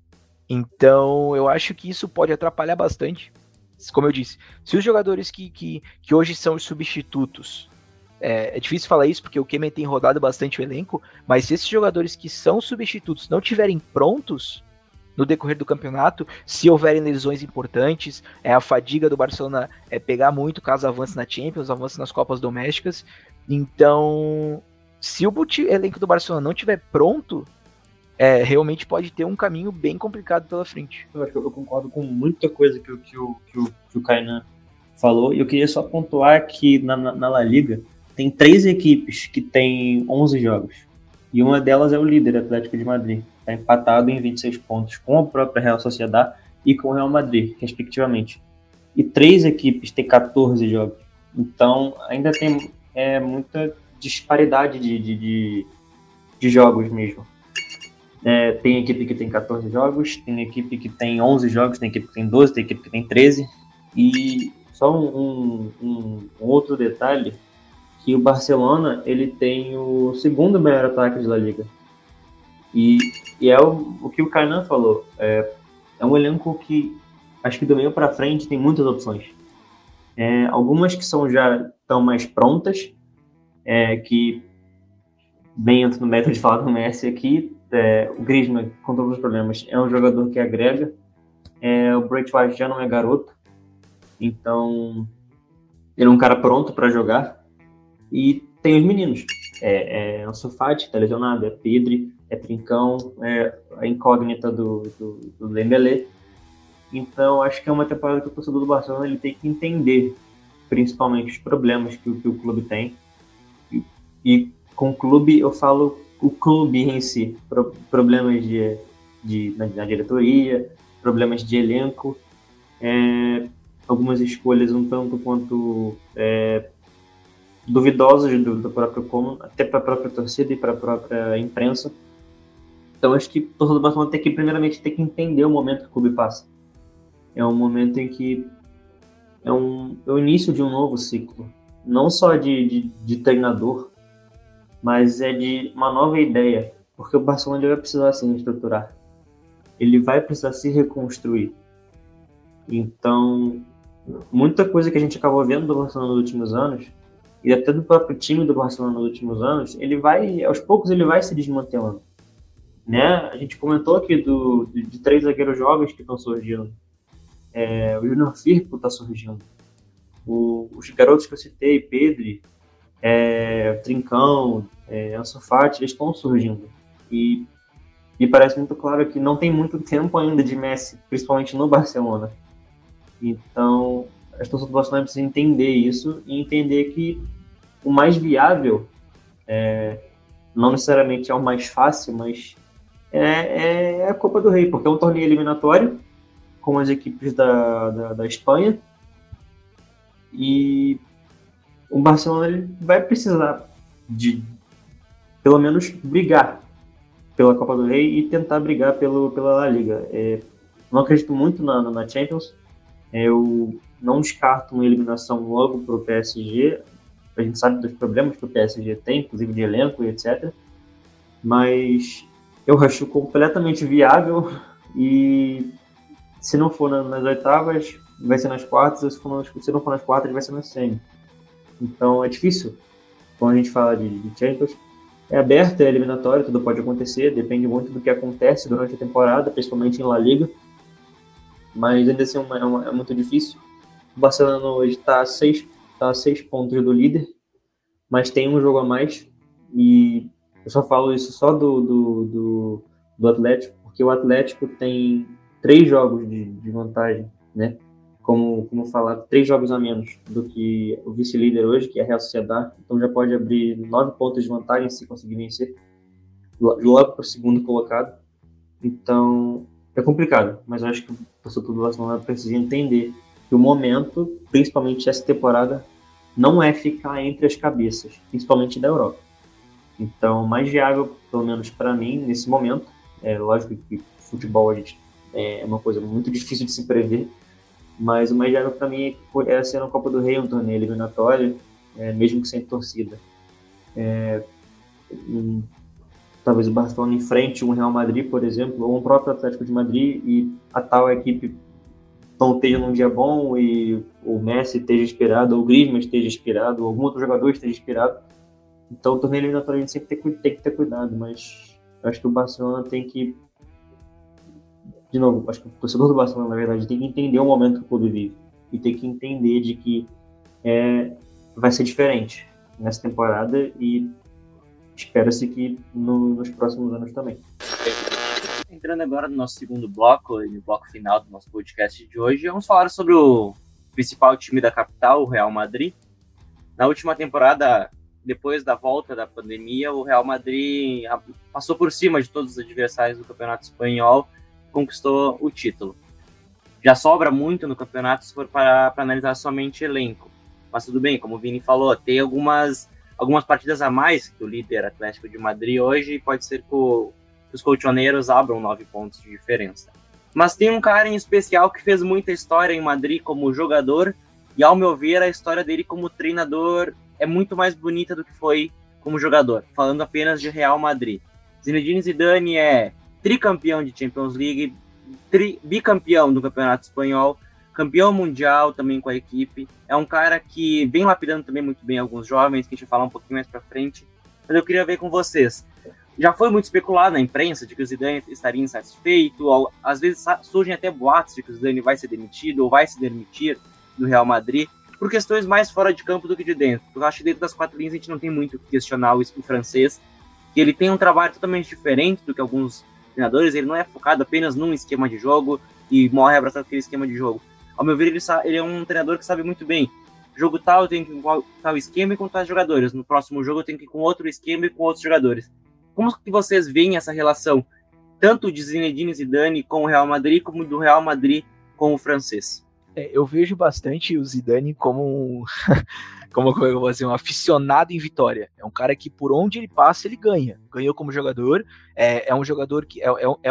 Então, eu acho que isso pode atrapalhar bastante. Como eu disse, se os jogadores que hoje são os substitutos, é difícil falar isso porque o Kemen tem rodado bastante o elenco, mas se esses jogadores que são substitutos não estiverem prontos no decorrer do campeonato, se houverem lesões importantes, a fadiga do Barcelona pegar muito caso avance na Champions, avance nas Copas Domésticas. Então, se o elenco do Barcelona não estiver pronto, realmente pode ter um caminho bem complicado pela frente. Eu acho que eu concordo com muita coisa que o Kainan falou, e eu queria só pontuar que na La Liga tem 3 equipes que têm 11 jogos, e uma delas é o líder, Atlético de Madrid, está empatado em 26 pontos com a própria Real Sociedad e com o Real Madrid, respectivamente. E 3 equipes têm 14 jogos, então ainda tem muita disparidade de jogos mesmo. Tem equipe que tem 14 jogos, tem equipe que tem 11 jogos, tem equipe que tem 12, tem equipe que tem 13. E só um outro detalhe, que o Barcelona ele tem o segundo melhor ataque de La Liga. E é o que o Kainan falou, é um elenco que acho que do meio para frente tem muitas opções. Algumas que já estão mais prontas, que bem entra no método de falar do Messi aqui. O Griezmann, com todos os problemas, é um jogador que agrega. O Bright White já não é garoto, então ele é um cara pronto para jogar. E tem os meninos, Ansu Fati, que tá lesionado, Pedri, Trincão, a incógnita do Dembélé. Então acho que é uma temporada que o torcedor do Barcelona ele tem que entender principalmente os problemas que o clube tem, e com o clube eu falo o clube em si, problemas na diretoria, problemas de elenco, algumas escolhas um tanto quanto duvidosas do próprio comando, até para a própria torcida e para a própria imprensa. Então acho que o torcedor do Barcelona tem que primeiramente ter que entender o momento que o clube passa. É um momento em que é o início de um novo ciclo, não só de treinador, mas de uma nova ideia, porque o Barcelona vai precisar se estruturar, ele vai precisar se reconstruir. Então, muita coisa que a gente acabou vendo do Barcelona nos últimos anos, e até do próprio time do Barcelona nos últimos anos, aos poucos ele vai se desmantelando. A gente comentou aqui de 3 zagueiros jovens que estão surgindo. O Junior Firpo está surgindo. Os garotos que eu citei, Pedri, Trincão, Ansu Fati, eles estão surgindo. E parece muito claro que não tem muito tempo ainda de Messi, principalmente no Barcelona. Então, as pessoas do Barcelona precisam entender isso e entender que o mais viável, não necessariamente é o mais fácil, mas é a Copa do Rei, porque é um torneio eliminatório com as equipes da Espanha, e o Barcelona ele vai precisar de pelo menos brigar pela Copa do Rei e tentar brigar pela La Liga. Não acredito muito na Champions. Eu não descarto uma eliminação logo para o PSG. A gente sabe dos problemas que o PSG tem, inclusive de elenco e etc. Mas eu acho completamente viável, e se não for nas oitavas, vai ser nas quartas, se não for nas quartas, vai ser na semi. Então é difícil quando a gente fala de Champions. É aberto, é eliminatório, tudo pode acontecer, depende muito do que acontece durante a temporada, principalmente em La Liga, mas ainda assim é muito difícil. O Barcelona hoje está a 6 pontos do líder, mas tem um jogo a mais, e eu só falo isso só do Atlético, porque o Atlético tem 3 jogos de vantagem, né? Como falar, 3 jogos a menos do que o vice-líder hoje, que é a Real Sociedad. Então já pode abrir 9 pontos de vantagem se conseguir vencer logo para o segundo colocado. Então é complicado, mas eu acho que o torcedor do Barcelona precisa entender que o momento, principalmente essa temporada, não é ficar entre as cabeças, principalmente da Europa. Então, mais viável, pelo menos para mim, nesse momento, lógico que futebol é uma coisa muito difícil de se prever, mas o mais viável para mim é ser na Copa do Rei, um torneio eliminatório, mesmo que sem torcida. talvez o Barcelona enfrente um Real Madrid, por exemplo, ou um próprio Atlético de Madrid, e a tal equipe não esteja num dia bom e o Messi esteja inspirado, ou o Griezmann esteja inspirado, ou algum outro jogador esteja inspirado. Então o torneio eliminatório a gente sempre tem que ter cuidado, mas eu acho que o Barcelona tem que, de novo, acho que o torcedor do Barcelona, na verdade, tem que entender o momento que o clube vive e tem que entender de que vai ser diferente nessa temporada e espera-se que nos próximos anos também. Entrando agora no nosso segundo bloco, no bloco final do nosso podcast de hoje, vamos falar sobre o principal time da capital, o Real Madrid. Na última temporada, depois da volta da pandemia, o Real Madrid passou por cima de todos os adversários do Campeonato Espanhol, conquistou o título. Já sobra muito no campeonato se for para analisar somente elenco. Mas tudo bem, como o Vini falou, tem algumas partidas a mais que o líder Atlético de Madrid hoje, e pode ser que os colchoneiros abram 9 pontos de diferença. Mas tem um cara em especial que fez muita história em Madrid como jogador, e ao meu ver a história dele como treinador é muito mais bonita do que foi como jogador, falando apenas de Real Madrid. Zinedine Zidane é tricampeão de Champions League, bicampeão do Campeonato Espanhol, campeão mundial também com a equipe. É um cara que vem lapidando também muito bem alguns jovens, que a gente vai falar um pouquinho mais pra frente. Mas eu queria ver com vocês. Já foi muito especulado na imprensa de que o Zidane estaria insatisfeito, ou, às vezes surgem até boatos de que o Zidane vai ser demitido ou vai se demitir do Real Madrid, por questões mais fora de campo do que de dentro. Eu acho que dentro das quatro linhas a gente não tem muito o que questionar o francês, que ele tem um trabalho totalmente diferente do que alguns treinadores. Ele não é focado apenas num esquema de jogo e morre abraçado aquele esquema de jogo. Ao meu ver, ele é um treinador que sabe muito bem. Jogo tal, eu tenho que ir com tal esquema e com tais jogadores. No próximo jogo eu tenho que ir com outro esquema e com outros jogadores. Como que vocês veem essa relação, tanto de Zinedine Zidane com o Real Madrid, como do Real Madrid com o francês? Eu vejo bastante o Zidane como como eu vou dizer, um aficionado em vitória. É um cara que por onde ele passa, ele ganha. Ganhou como jogador, é um jogador que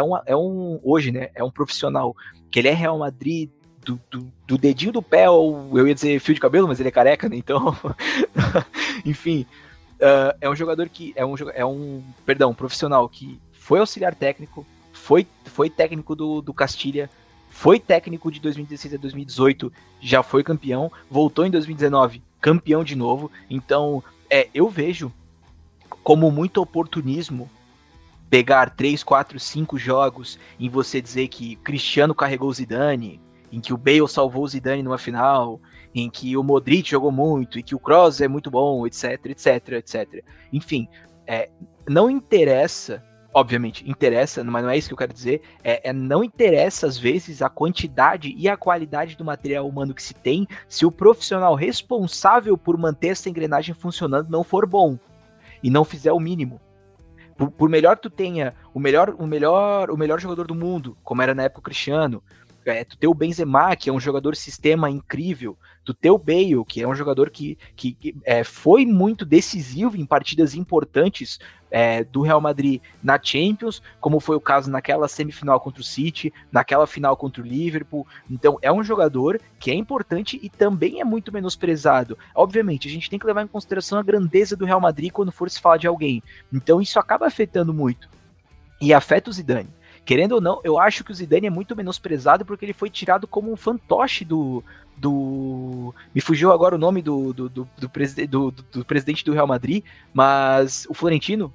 hoje, né, é um profissional, que ele é Real Madrid do dedinho do pé, ou eu ia dizer fio de cabelo, mas ele é careca, né, então, enfim, é um jogador que, um profissional que foi auxiliar técnico, foi técnico do Castilha, foi técnico de 2016 a 2018, já foi campeão, voltou em 2019, campeão de novo. Então, eu vejo como muito oportunismo pegar 3, 4, 5 jogos em você dizer que Cristiano carregou o Zidane, em que o Bale salvou o Zidane numa final, em que o Modric jogou muito, e que o Kroos é muito bom, etc, etc, etc. Enfim, não interessa. Obviamente, interessa, mas não é isso que eu quero dizer, não interessa às vezes a quantidade e a qualidade do material humano que se tem, se o profissional responsável por manter essa engrenagem funcionando não for bom, e não fizer o mínimo. Por melhor que tu tenha o melhor jogador do mundo, como era na época o Cristiano, tu ter o Benzema, que é um jogador sistema incrível, tu ter o Bale, que é um jogador que foi muito decisivo em partidas importantes do Real Madrid na Champions, como foi o caso naquela semifinal contra o City, naquela final contra o Liverpool. Então é um jogador que é importante e também é muito menosprezado. Obviamente, a gente tem que levar em consideração a grandeza do Real Madrid quando for se falar de alguém. Então isso acaba afetando muito. E afeta o Zidane. Querendo ou não, eu acho que o Zidane é muito menosprezado porque ele foi tirado como um fantoche me fugiu agora o nome do presidente do Real Madrid, mas o Florentino,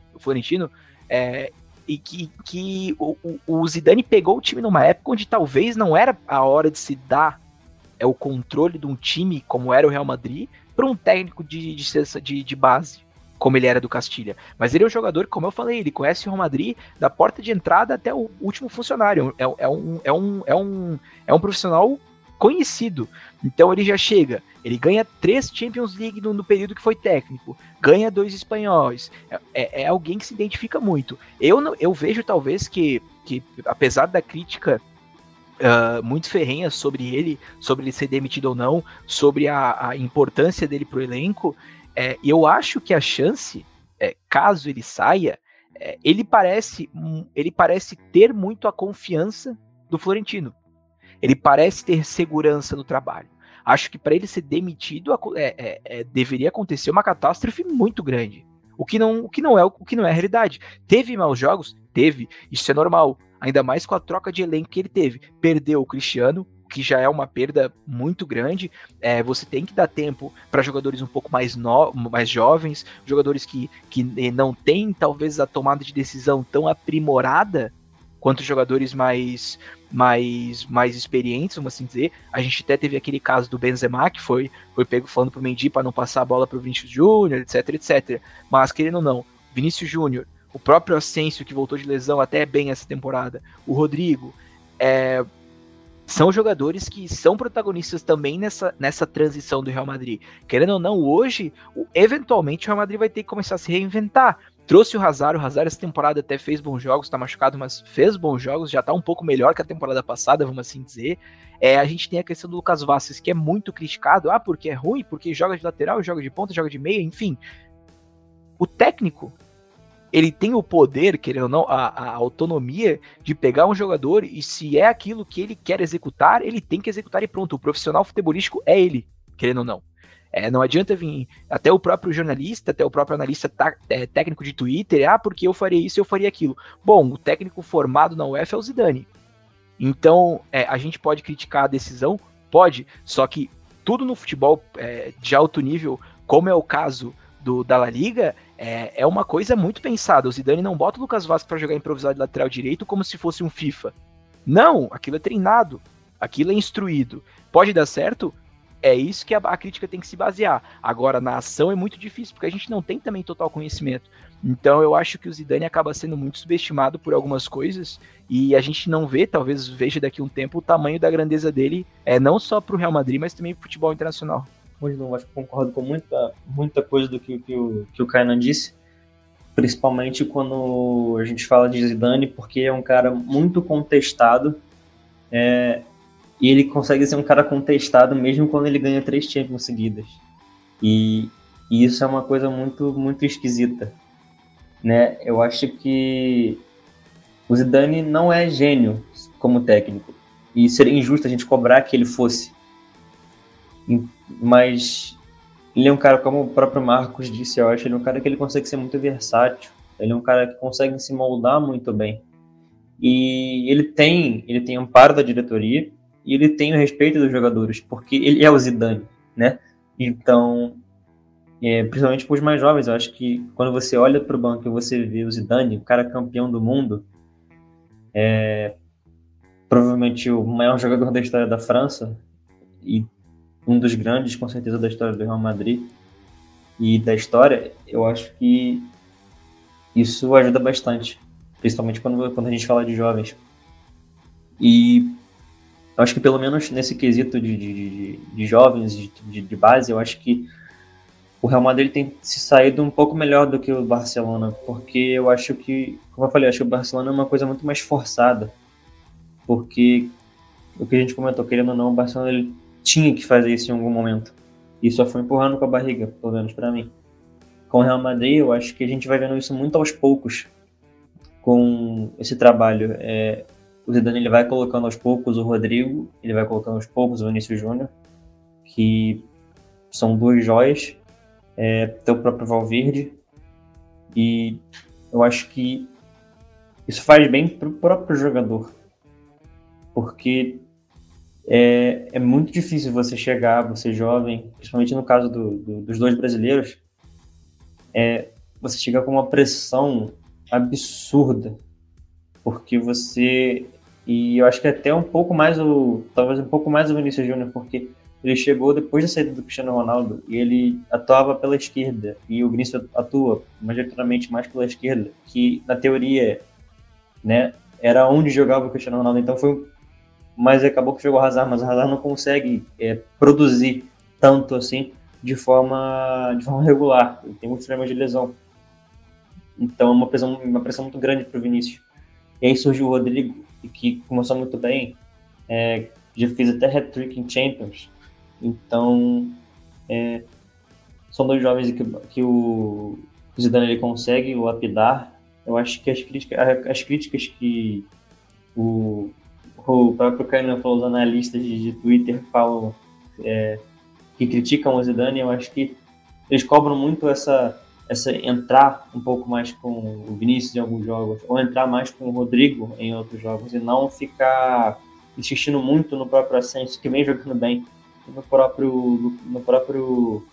e que o Zidane pegou o time numa época onde talvez não era a hora de se dar o controle de um time como era o Real Madrid para um técnico de base, como ele era do Castilha. Mas ele é um jogador, como eu falei, ele conhece o Real Madrid da porta de entrada até o último funcionário. É um profissional conhecido. Então ele já chega, ele ganha 3 Champions League no período que foi técnico, ganha 2 espanhóis. É alguém que se identifica muito. Eu vejo talvez que apesar da crítica muito ferrenha sobre ele ser demitido ou não, sobre a importância dele pro elenco, eu acho que a chance, caso ele saia, ele parece ter muito a confiança do Florentino. Ele parece ter segurança no trabalho. Acho que para ele ser demitido, deveria acontecer uma catástrofe muito grande. O que não é a realidade. Teve maus jogos? Teve. Isso é normal. Ainda mais com a troca de elenco que ele teve. Perdeu o Cristiano, que já é uma perda muito grande. Você tem que dar tempo para jogadores um pouco mais jovens, jogadores que não têm talvez a tomada de decisão tão aprimorada quanto jogadores mais experientes, vamos assim dizer. A gente até teve aquele caso do Benzema, que foi pego falando pro Mendy para não passar a bola pro Vinícius Júnior, etc. Mas, querendo ou não, Vinícius Júnior, o próprio Asensio, que voltou de lesão até bem essa temporada, o Rodrigo, são jogadores que são protagonistas também nessa transição do Real Madrid. Querendo ou não, hoje, eventualmente o Real Madrid vai ter que começar a se reinventar. Trouxe o Hazard essa temporada até fez bons jogos, tá machucado, mas fez bons jogos, já tá um pouco melhor que a temporada passada, vamos assim dizer. A gente tem a questão do Lucas Vázquez, que é muito criticado, porque é ruim, porque joga de lateral, joga de ponta, joga de meia, enfim. O técnico, ele tem o poder, querendo ou não, a autonomia de pegar um jogador e se é aquilo que ele quer executar, ele tem que executar e pronto. O profissional futebolístico é ele, querendo ou não. Não adianta vir até o próprio jornalista, até o próprio analista técnico de Twitter, porque eu faria isso, eu faria aquilo. Bom, o técnico formado na UEFA é o Zidane. Então, a gente pode criticar a decisão? Pode, só que tudo no futebol de alto nível, como é o caso da La Liga, é uma coisa muito pensada. O Zidane não bota o Lucas Vázquez para jogar improvisado de lateral direito como se fosse um FIFA. Não, aquilo é treinado, aquilo é instruído. Pode dar certo? É isso que a crítica tem que se basear. Agora, na ação é muito difícil, porque a gente não tem também total conhecimento. Então, eu acho que o Zidane acaba sendo muito subestimado por algumas coisas, e a gente não vê, talvez veja daqui a um tempo, o tamanho da grandeza dele, não só para o Real Madrid, mas também para o futebol internacional. Hoje não, acho que concordo com muita coisa do que o Kainan disse, principalmente quando a gente fala de Zidane, porque é um cara muito contestado, e ele consegue ser um cara contestado mesmo quando ele ganha 3 Champions seguidas. E isso é uma coisa muito, muito esquisita, né? Eu acho que o Zidane não é gênio como técnico. E seria injusto a gente cobrar que ele fosse. Mas ele é um cara, como o próprio Marcos disse, eu acho, ele é um cara que ele consegue ser muito versátil. Ele é um cara que consegue se moldar muito bem. E ele tem amparo da diretoria, e ele tem o respeito dos jogadores, porque ele é o Zidane, né? Então, principalmente para os mais jovens, eu acho que quando você olha para o banco e você vê o Zidane, o cara campeão do mundo, provavelmente o maior jogador da história da França, e um dos grandes, com certeza, da história do Real Madrid e da história, eu acho que isso ajuda bastante, principalmente quando a gente fala de jovens. E eu acho que pelo menos nesse quesito de jovens, de base, eu acho que o Real Madrid tem se saído um pouco melhor do que o Barcelona, porque eu acho que, como eu falei, acho que o Barcelona é uma coisa muito mais forçada, porque o que a gente comentou, querendo ou não, o Barcelona ele tinha que fazer isso em algum momento, e só foi empurrando com a barriga, pelo menos para mim. Com o Real Madrid, eu acho que a gente vai vendo isso muito aos poucos, com esse trabalho. O Zidane ele vai colocando aos poucos o Rodrigo, ele vai colocando aos poucos o Vinícius Júnior, que são 2 joias, tem o próprio Valverde, e eu acho que isso faz bem para o próprio jogador, porque é muito difícil você chegar, você jovem, principalmente no caso dos 2 brasileiros, você chega com uma pressão absurda, porque e eu acho que até talvez um pouco mais o Vinícius Júnior, porque ele chegou depois da saída do Cristiano Ronaldo e ele atuava pela esquerda, e o Vinícius atua majoritariamente mais pela esquerda, que na teoria, né, era onde jogava o Cristiano Ronaldo, então mas acabou que jogou o Hazard, mas o Hazard não consegue produzir tanto assim de forma regular, ele tem muitos problemas de lesão, então é uma pressão muito grande para o Vinícius. E aí surgiu o Rodrigo, que começou muito bem, já fez até hat-trick em Champions. Então, são 2 jovens que o Zidane ele consegue lapidar. Eu acho que as críticas que o próprio Kainan falou, os analistas de Twitter falam, que criticam o Zidane, eu acho que eles cobram muito essa entrar um pouco mais com o Vinícius em alguns jogos, ou entrar mais com o Rodrigo em outros jogos, e não ficar insistindo muito no próprio Asensio, que vem jogando bem, no próprio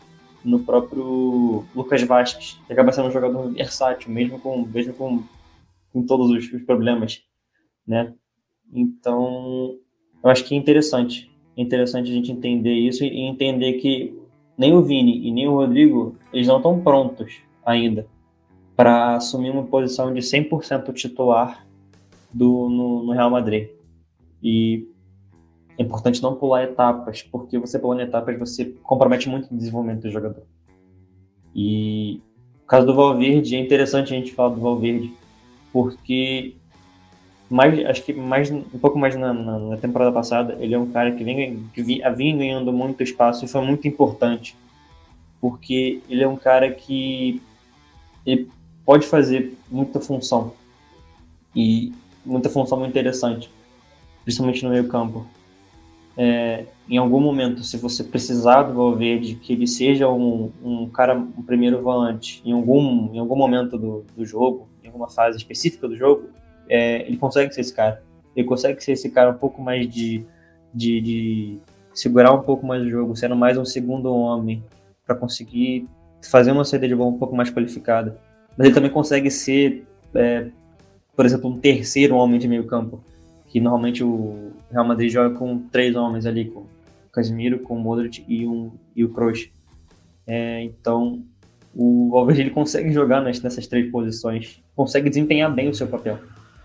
Lucas Vazquez, que acaba sendo um jogador versátil, mesmo com todos os problemas, né? Então, eu acho que é interessante a gente entender isso e entender que nem o Vini e nem o Rodrigo, eles não estão prontos ainda para assumir uma posição de 100% titular no Real Madrid. E é importante não pular etapas, porque você pulando etapas, você compromete muito o desenvolvimento do jogador. E no caso do Valverde, é interessante a gente falar do Valverde, porque acho que um pouco mais na temporada passada, ele é um cara que vinha ganhando muito espaço e foi muito importante, porque ele é um cara que ele pode fazer muita função, e muita função muito interessante, principalmente no meio campo. Em algum momento, se você precisar do Valverde, que ele seja um primeiro volante, em algum momento do jogo, em alguma fase específica do jogo, ele consegue ser esse cara. Ele consegue ser esse cara um pouco mais de segurar um pouco mais o jogo, sendo mais um segundo homem, para conseguir fazer uma saída de bola um pouco mais qualificada. Mas ele também consegue ser, por exemplo, um terceiro homem de meio campo, que normalmente o Real Madrid joga com 3 homens ali, com o Casemiro, com o Modric e o Kroos. Então, o Valverde ele consegue jogar nessas 3 posições, consegue desempenhar bem o seu papel.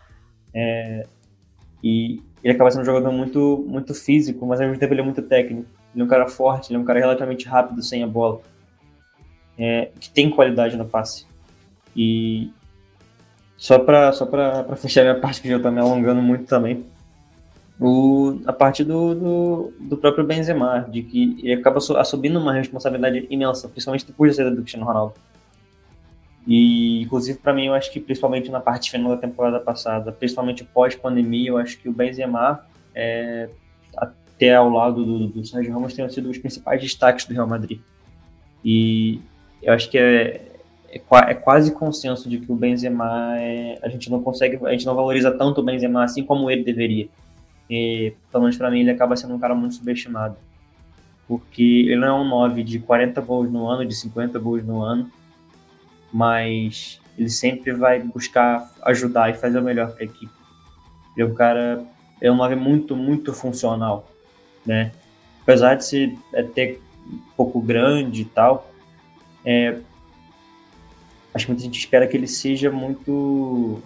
E ele acaba sendo um jogador muito, muito físico, mas ao mesmo tempo ele é muito técnico. Ele é um cara forte, ele é um cara relativamente rápido sem a bola, que tem qualidade no passe. E só para fechar minha parte, que já está me alongando muito também, a parte do próprio Benzema, de que ele acaba assumindo uma responsabilidade imensa, principalmente depois da saída do Cristiano Ronaldo. E, inclusive, para mim, eu acho que principalmente na parte final da temporada passada, principalmente pós-pandemia, eu acho que o Benzema, até ao lado do Sérgio Ramos, tenham sido os principais destaques do Real Madrid. E eu acho que é quase consenso de que o Benzema, a gente não valoriza tanto o Benzema assim como ele deveria. E, pelo menos para mim, ele acaba sendo um cara muito subestimado, porque ele não é um 9 de 40 gols no ano, de 50 gols no ano, mas ele sempre vai buscar ajudar e fazer o melhor para a equipe. Ele é um 9 muito, muito funcional, né? Apesar de ser até um pouco grande e tal, acho que muita gente espera que ele seja muito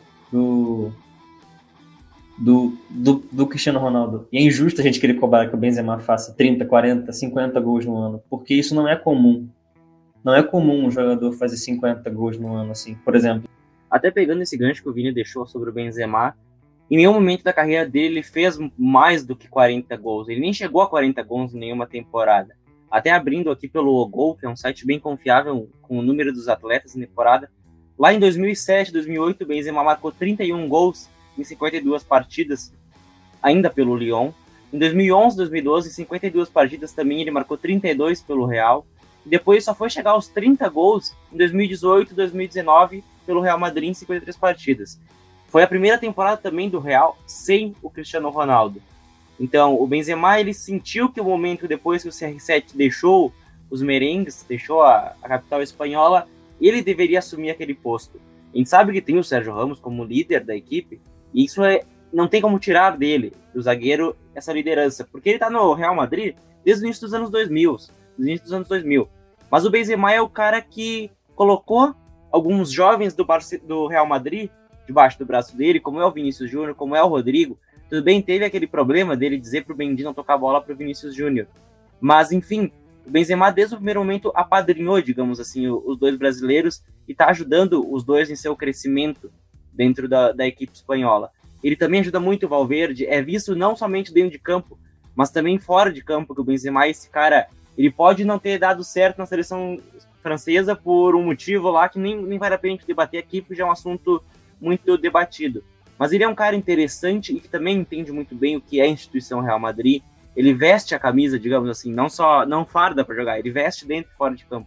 do Cristiano Ronaldo. E é injusto a gente querer cobrar que o Benzema faça 30, 40, 50 gols no ano, porque isso não é comum. Não é comum um jogador fazer 50 gols no ano, assim, por exemplo. Até pegando esse gancho que o Vini deixou sobre o Benzema, em nenhum momento da carreira dele ele fez mais do que 40 gols. Ele nem chegou a 40 gols em nenhuma temporada. Até abrindo aqui pelo Gol, que é um site bem confiável com o número dos atletas em temporada, lá em 2007, 2008, o Benzema marcou 31 gols em 52 partidas, ainda pelo Lyon. Em 2011, 2012, em 52 partidas também ele marcou 32 pelo Real. E depois só foi chegar aos 30 gols em 2018, 2019 pelo Real Madrid em 53 partidas. Foi a primeira temporada também do Real sem o Cristiano Ronaldo. Então, o Benzema, ele sentiu que o momento depois que o CR7 deixou os merengues, deixou a capital espanhola, ele deveria assumir aquele posto. A gente sabe que tem o Sérgio Ramos como líder da equipe, e isso não tem como tirar dele, do zagueiro, essa liderança, porque ele está no Real Madrid desde o início dos anos 2000. Mas o Benzema é o cara que colocou alguns jovens do Real Madrid debaixo do braço dele, como é o Vinícius Júnior, como é o Rodrigo. Tudo bem, teve aquele problema dele dizer pro Mendy não tocar a bola pro Vinícius Júnior. Mas, enfim, o Benzema, desde o primeiro momento, apadrinhou, digamos assim, os dois brasileiros e tá ajudando os dois em seu crescimento dentro da equipe espanhola. Ele também ajuda muito o Valverde, é visto não somente dentro de campo, mas também fora de campo, que o Benzema, esse cara, ele pode não ter dado certo na seleção francesa por um motivo lá que nem vale a pena a gente debater aqui, porque já é um assunto muito debatido. Mas ele é um cara interessante e que também entende muito bem o que é a instituição Real Madrid. Ele veste a camisa, digamos assim, não farda para jogar, ele veste dentro e fora de campo.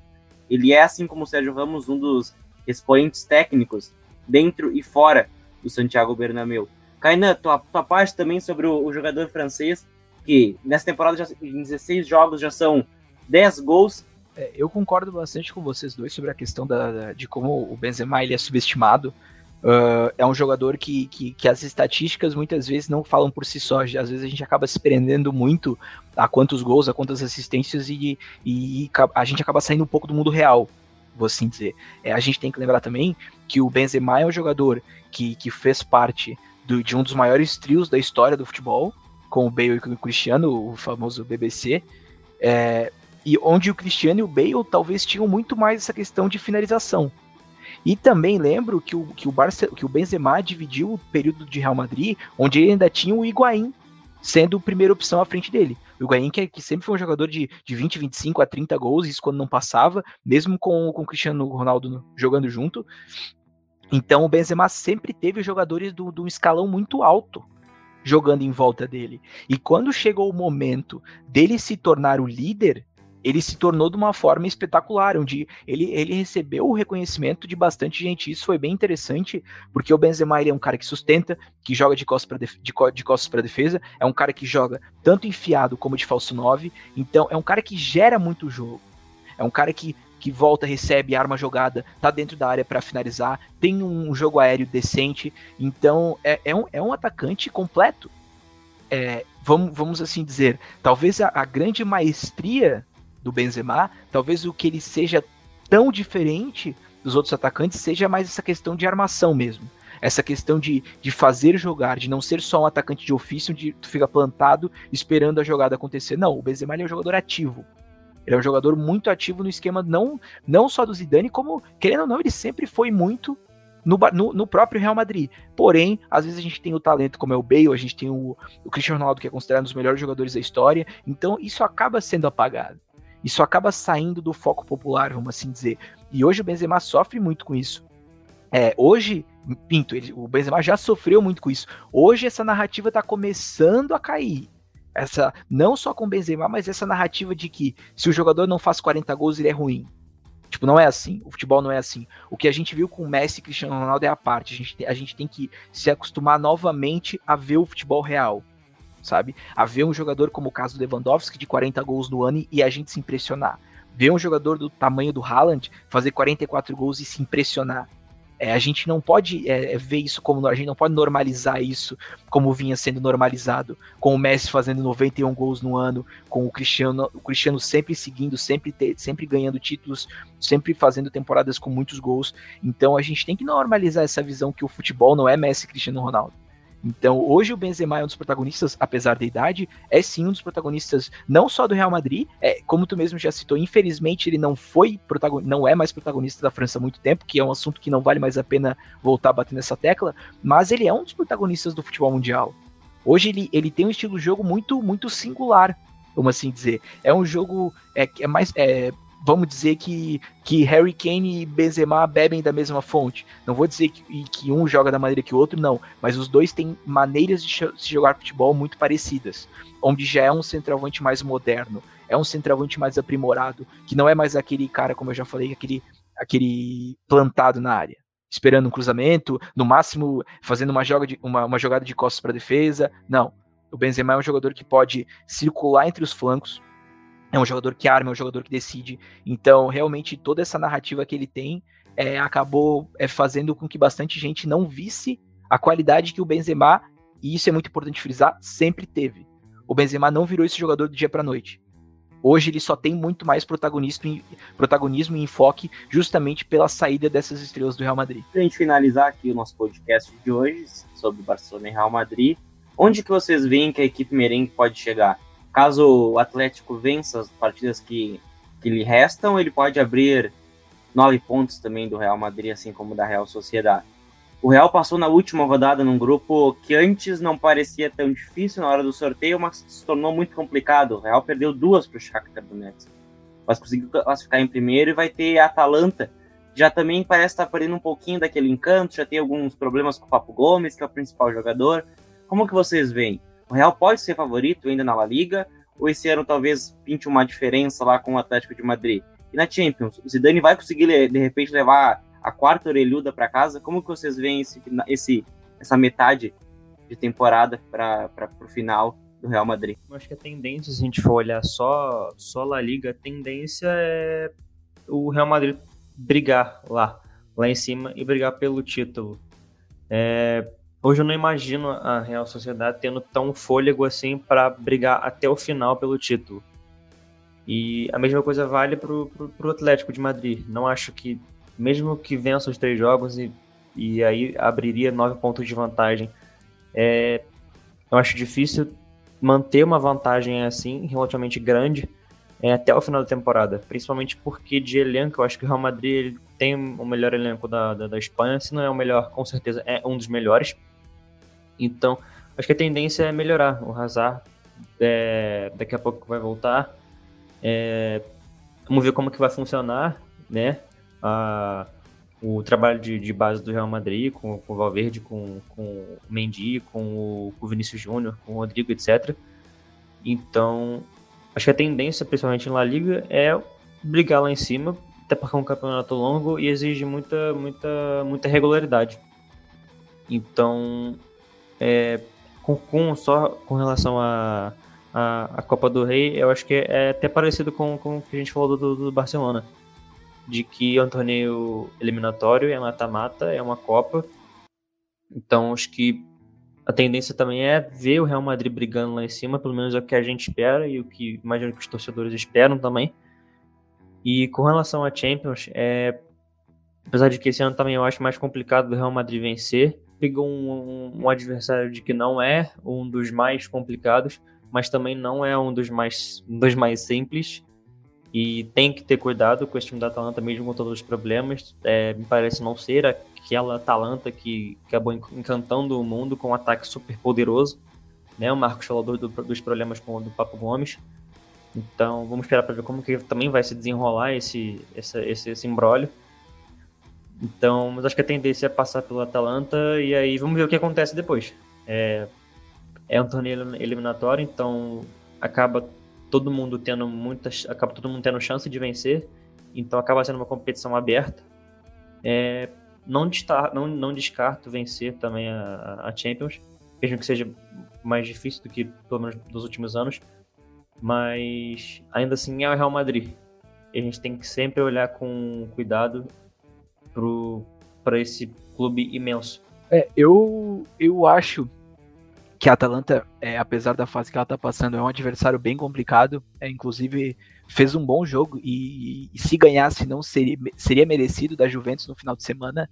Ele é, assim como o Sérgio Ramos, um dos expoentes técnicos dentro e fora do Santiago Bernabéu. Kainan, tua parte também sobre o jogador francês, que nessa temporada, em 16 jogos, já são 10 gols. Eu concordo bastante com vocês dois sobre a questão de como o Benzema ele é subestimado. É um jogador que as estatísticas muitas vezes não falam por si só. Às vezes a gente acaba se prendendo muito a quantos gols, a quantas assistências e a gente acaba saindo um pouco do mundo real, vou assim dizer. A gente tem que lembrar também que o Benzema é um jogador que fez parte de um dos maiores trios da história do futebol, com o Bale e com o Cristiano, o famoso BBC, e onde o Cristiano e o Bale talvez tinham muito mais essa questão de finalização. E também lembro que o Benzema dividiu o período de Real Madrid, onde ele ainda tinha o Higuaín sendo a primeira opção à frente dele. O Higuaín que sempre foi um jogador de 20, 25 a 30 gols, isso quando não passava, mesmo com o Cristiano Ronaldo jogando junto. Então o Benzema sempre teve jogadores do escalão muito alto jogando em volta dele. E quando chegou o momento dele se tornar o líder, ele se tornou de uma forma espetacular, onde ele recebeu o reconhecimento de bastante gente. Isso foi bem interessante, porque o Benzema ele é um cara que sustenta, que joga de costas para defesa, é um cara que joga tanto enfiado como de falso 9, então é um cara que gera muito jogo, é um cara que volta, recebe, arma jogada, tá dentro da área para finalizar, tem um jogo aéreo decente, então é um atacante completo. Vamos assim dizer, talvez a grande maestria do Benzema, talvez o que ele seja tão diferente dos outros atacantes seja mais essa questão de armação mesmo. Essa questão de fazer jogar, de não ser só um atacante de ofício, onde tu fica plantado esperando a jogada acontecer. Não, o Benzema ele é um jogador ativo. Ele é um jogador muito ativo no esquema não só do Zidane, como, querendo ou não, ele sempre foi muito no próprio Real Madrid. Porém, às vezes a gente tem o talento como é o Bale, a gente tem o Cristiano Ronaldo, que é considerado um dos melhores jogadores da história, então isso acaba sendo apagado. Isso acaba saindo do foco popular, vamos assim dizer. E hoje o Benzema sofre muito com isso. O Benzema já sofreu muito com isso. Hoje essa narrativa está começando a cair. Não só com o Benzema, mas essa narrativa de que se o jogador não faz 40 gols, ele é ruim. Tipo, não é assim. O futebol não é assim. O que a gente viu com o Messi e Cristiano Ronaldo é a parte. A gente tem que se acostumar novamente a ver o futebol real. Sabe? A ver um jogador como o caso do Lewandowski de 40 gols no ano e a gente se impressionar. Ver um jogador do tamanho do Haaland fazer 44 gols e se impressionar. A gente não pode ver isso como... A gente não pode normalizar isso como vinha sendo normalizado, com o Messi fazendo 91 gols no ano, com o Cristiano sempre seguindo, sempre ganhando títulos, sempre fazendo temporadas com muitos gols. Então a gente tem que normalizar essa visão que o futebol não é Messi e Cristiano Ronaldo. Então, hoje o Benzema é um dos protagonistas, apesar da idade, é sim um dos protagonistas não só do Real Madrid, como tu mesmo já citou, infelizmente ele não é mais protagonista da França há muito tempo, que é um assunto que não vale mais a pena voltar a bater nessa tecla, mas ele é um dos protagonistas do futebol mundial. Hoje ele tem um estilo de jogo muito, muito singular, vamos assim dizer. É um jogo vamos dizer que Harry Kane e Benzema bebem da mesma fonte. Não vou dizer que um joga da maneira que o outro, não. Mas os dois têm maneiras de se jogar futebol muito parecidas. Onde já é um centroavante mais moderno, é um centroavante mais aprimorado, que não é mais aquele cara, como eu já falei, aquele plantado na área, esperando um cruzamento, no máximo fazendo uma jogada de costas para defesa. Não. O Benzema é um jogador que pode circular entre os flancos, é um jogador que arma, é um jogador que decide. Então, realmente, toda essa narrativa que ele tem acabou fazendo com que bastante gente não visse a qualidade que o Benzema, e isso é muito importante frisar, sempre teve. O Benzema não virou esse jogador do dia para a noite. Hoje ele só tem muito mais protagonismo e enfoque justamente pela saída dessas estrelas do Real Madrid. Para a gente finalizar aqui o nosso podcast de hoje sobre Barcelona e Real Madrid, onde que vocês veem que a equipe merengue pode chegar? Caso o Atlético vença as partidas que lhe restam, ele pode abrir 9 pontos também do Real Madrid, assim como da Real Sociedade. O Real passou na última rodada num grupo que antes não parecia tão difícil na hora do sorteio, mas se tornou muito complicado. O Real perdeu 2 para o Shakhtar Donetsk, mas conseguiu classificar em primeiro e vai ter a Atalanta, que já também parece estar perdendo um pouquinho daquele encanto, já tem alguns problemas com o Papu Gomes, que é o principal jogador. Como que vocês veem? O Real pode ser favorito ainda na La Liga, ou esse ano talvez pinte uma diferença lá com o Atlético de Madrid? E na Champions, o Zidane vai conseguir, de repente, levar a quarta orelhuda para casa? Como que vocês veem essa metade de temporada para o final do Real Madrid? Eu acho que a tendência, se a gente for olhar só La Liga, a tendência é o Real Madrid brigar lá em cima e brigar pelo título. Hoje eu não imagino a Real Sociedade tendo tão fôlego assim para brigar até o final pelo título. E a mesma coisa vale pro Atlético de Madrid. Não acho que, mesmo que vença os 3 jogos e aí abriria 9 pontos de vantagem, eu acho difícil manter uma vantagem assim, relativamente grande, até o final da temporada. Principalmente porque de elenco, eu acho que o Real Madrid ele tem o melhor elenco da Espanha. Se não é o melhor, com certeza é um dos melhores. Então, acho que a tendência é melhorar. O Hazard daqui a pouco vai voltar. Vamos ver como que vai funcionar, né? O trabalho de base do Real Madrid, com o Valverde, com o Mendy, com o Vinícius Júnior, com o Rodrigo, etc. Então, acho que a tendência, principalmente em La Liga, é brigar lá em cima, até porque é um campeonato longo e exige muita regularidade. Então, só com relação a Copa do Rei, eu acho que é até parecido com o que a gente falou do Barcelona, de que é um torneio eliminatório, é mata-mata, é uma Copa. Então acho que a tendência também é ver o Real Madrid brigando lá em cima, pelo menos é o que a gente espera e o que imagino que os torcedores esperam também. E com relação à Champions, apesar de que esse ano também eu acho mais complicado do Real Madrid vencer, pegou um adversário de que não é um dos mais complicados, mas também não é um dos mais simples, e tem que ter cuidado com esse time da Atalanta, mesmo com todos os problemas. Me parece não ser aquela Atalanta que acabou encantando o mundo com um ataque super poderoso, né? O Marcos falou dos problemas do Papo Gomes, então vamos esperar para ver como que também vai se desenrolar esse imbróglio. Então, mas acho que a tendência é passar pelo Atalanta e aí vamos ver o que acontece depois. É um torneio eliminatório, então acaba todo mundo tendo chance de vencer, então acaba sendo uma competição aberta. Não descarto vencer também a Champions, mesmo que seja mais difícil do que pelo menos dos últimos anos, mas ainda assim é o Real Madrid. E a gente tem que sempre olhar com cuidado para esse clube imenso. Eu acho que a Atalanta, apesar da fase que ela está passando, é um adversário bem complicado, inclusive fez um bom jogo e se ganhasse não seria merecido da Juventus no final de semana,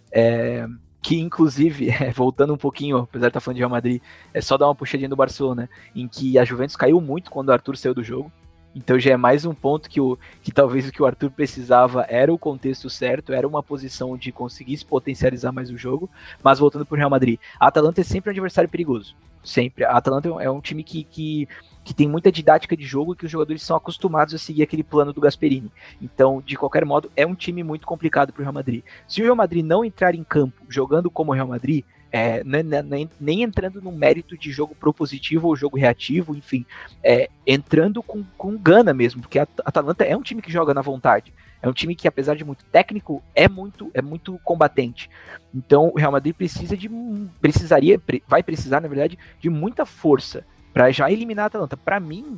que inclusive, voltando um pouquinho, apesar de estar falando de Real Madrid, é só dar uma puxadinha do Barcelona, em que a Juventus caiu muito quando o Arthur saiu do jogo. Então já é mais um ponto que talvez o que o Arthur precisava era o contexto certo, era uma posição de conseguir se potencializar mais o jogo. Mas voltando para o Real Madrid, a Atalanta é sempre um adversário perigoso, sempre. A Atalanta é um time que tem muita didática de jogo e que os jogadores são acostumados a seguir aquele plano do Gasperini. Então, de qualquer modo, é um time muito complicado para o Real Madrid. Se o Real Madrid não entrar em campo jogando como o Real Madrid, nem entrando no mérito de jogo propositivo ou jogo reativo, enfim, entrando com gana mesmo, porque a Atalanta é um time que joga na vontade, é um time que, apesar de muito técnico, é muito combatente. Então o Real Madrid vai precisar, na verdade, de muita força para já eliminar a Atalanta. Para mim,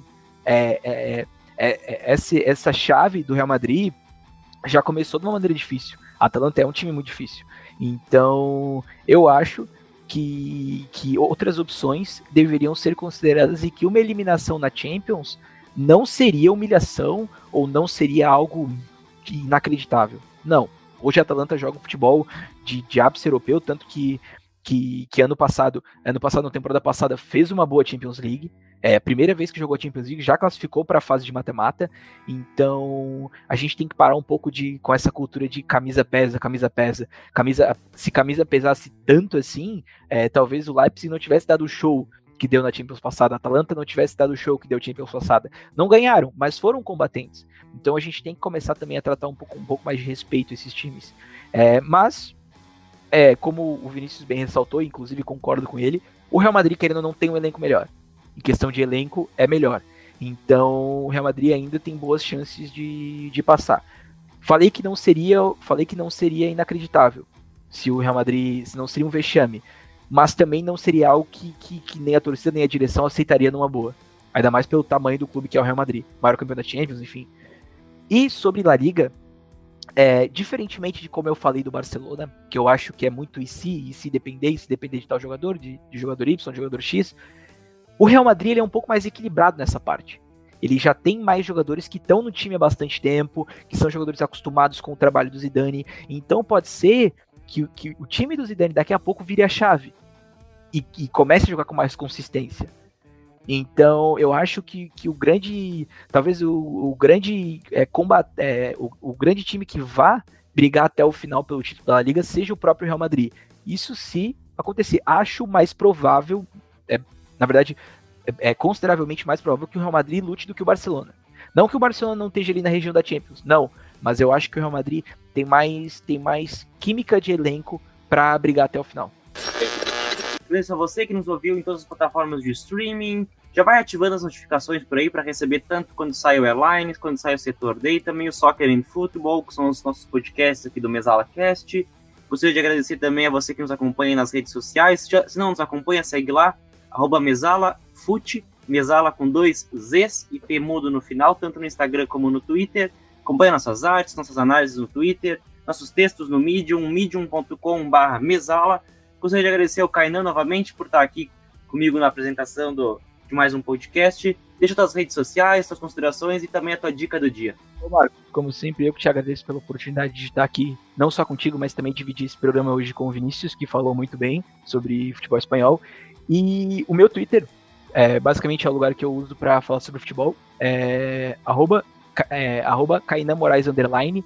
essa chave do Real Madrid já começou de uma maneira difícil. A Atalanta é um time muito difícil. Então, eu acho que outras opções deveriam ser consideradas e que uma eliminação na Champions não seria humilhação ou não seria algo inacreditável. Não. Hoje a Atalanta joga um futebol de ápice europeu, tanto que ano passado, na temporada passada, fez uma boa Champions League. A primeira vez que jogou a Champions League, já classificou para a fase de mata-mata. Então, a gente tem que parar um pouco com essa cultura de camisa pesa. Se camisa pesasse tanto assim, talvez o Leipzig não tivesse dado o show que deu na Champions passada, a Atalanta não tivesse dado o show que deu na Champions passada. Não ganharam, mas foram combatentes. Então, a gente tem que começar também a tratar um pouco mais de respeito esses times. Mas, como o Vinícius bem ressaltou, inclusive concordo com ele, o Real Madrid, querendo ou não, tem um elenco melhor. Em questão de elenco, é melhor. Então o Real Madrid ainda tem boas chances de passar. Falei que não seria inacreditável se o Real Madrid, se não seria um vexame, mas também não seria algo que nem a torcida nem a direção aceitaria numa boa. Ainda mais pelo tamanho do clube que é o Real Madrid, maior campeão da Champions, enfim. E sobre La Liga, diferentemente de como eu falei do Barcelona, que eu acho que é muito e se depender de tal jogador, de jogador Y, de jogador X, o Real Madrid ele é um pouco mais equilibrado nessa parte. Ele já tem mais jogadores que estão no time há bastante tempo, que são jogadores acostumados com o trabalho do Zidane. Então pode ser que o time do Zidane daqui a pouco vire a chave e comece a jogar com mais consistência. Então eu acho que o grande, talvez o grande o grande time que vá brigar até o final pelo título da Liga seja o próprio Real Madrid. Isso se acontecer, acho mais provável, na verdade, é consideravelmente mais provável que o Real Madrid lute do que o Barcelona. Não que o Barcelona não esteja ali na região da Champions, não, mas eu acho que o Real Madrid tem mais química de elenco para brigar até o final. Beleza, você que nos ouviu em todas as plataformas de streaming, já vai ativando as notificações por aí para receber tanto quando sai o Airlines, quando sai o Setor Day, também o Soccer and Football, que são os nossos podcasts aqui do MesalaCast. Gostaria de agradecer também a você que nos acompanha nas redes sociais. Se não nos acompanha, segue lá, @MesalaFut, Mesala com 2 Zs e P mudo no final, tanto no Instagram como no Twitter. Acompanhe nossas artes, nossas análises no Twitter, nossos textos no Medium, medium.com/Mesala. Gostaria de agradecer ao Kainan novamente por estar aqui comigo na apresentação de mais um podcast. Deixa suas redes sociais, suas considerações e também a tua dica do dia. Ô Marcos, como sempre, eu que te agradeço pela oportunidade de estar aqui, não só contigo, mas também dividir esse programa hoje com o Vinícius, que falou muito bem sobre futebol espanhol. E o meu Twitter, basicamente é o lugar que eu uso para falar sobre futebol, arroba Kainan Moraes _.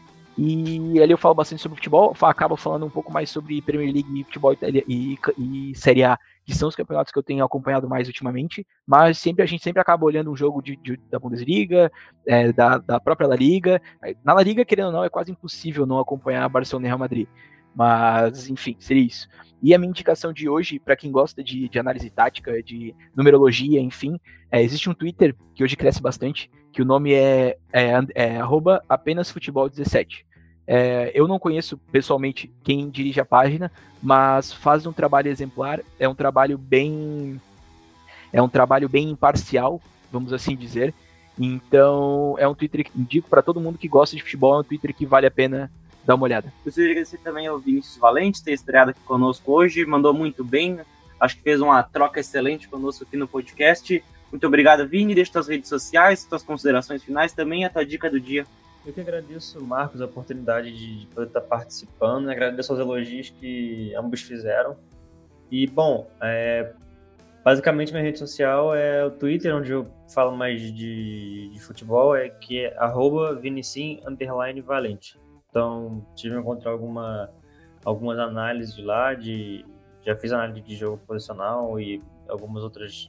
E ali eu falo bastante sobre futebol, acabo falando um pouco mais sobre Premier League, futebol e Série A, que são os campeonatos que eu tenho acompanhado mais ultimamente, mas a gente sempre acaba olhando um jogo da Bundesliga, da própria La Liga. Na La Liga, querendo ou não, é quase impossível não acompanhar Barcelona e Real Madrid. Mas, enfim, seria isso. E a minha indicação de hoje, para quem gosta de análise tática, de numerologia, enfim, existe um Twitter que hoje cresce bastante, que o nome é @apinasfutebol17. Eu não conheço pessoalmente quem dirige a página, mas faz um trabalho exemplar, é um trabalho bem imparcial, vamos assim dizer. Então, é um Twitter que indico para todo mundo que gosta de futebol, é um Twitter que vale a pena dar uma olhada. Gostaria de agradecer também ao Vinícius Valente ter estreado aqui conosco hoje, mandou muito bem, acho que fez uma troca excelente conosco aqui no podcast. Muito obrigado, Vini, deixa suas redes sociais, suas considerações finais, também a tua dica do dia. Eu que agradeço, Marcos, a oportunidade de poder estar participando, agradeço aos elogios que ambos fizeram. E, bom, basicamente minha rede social é o Twitter, onde eu falo mais de futebol, que é @vinicim_valente. Então, tive que encontrar algumas análises de lá, já fiz análise de jogo posicional e algumas outras.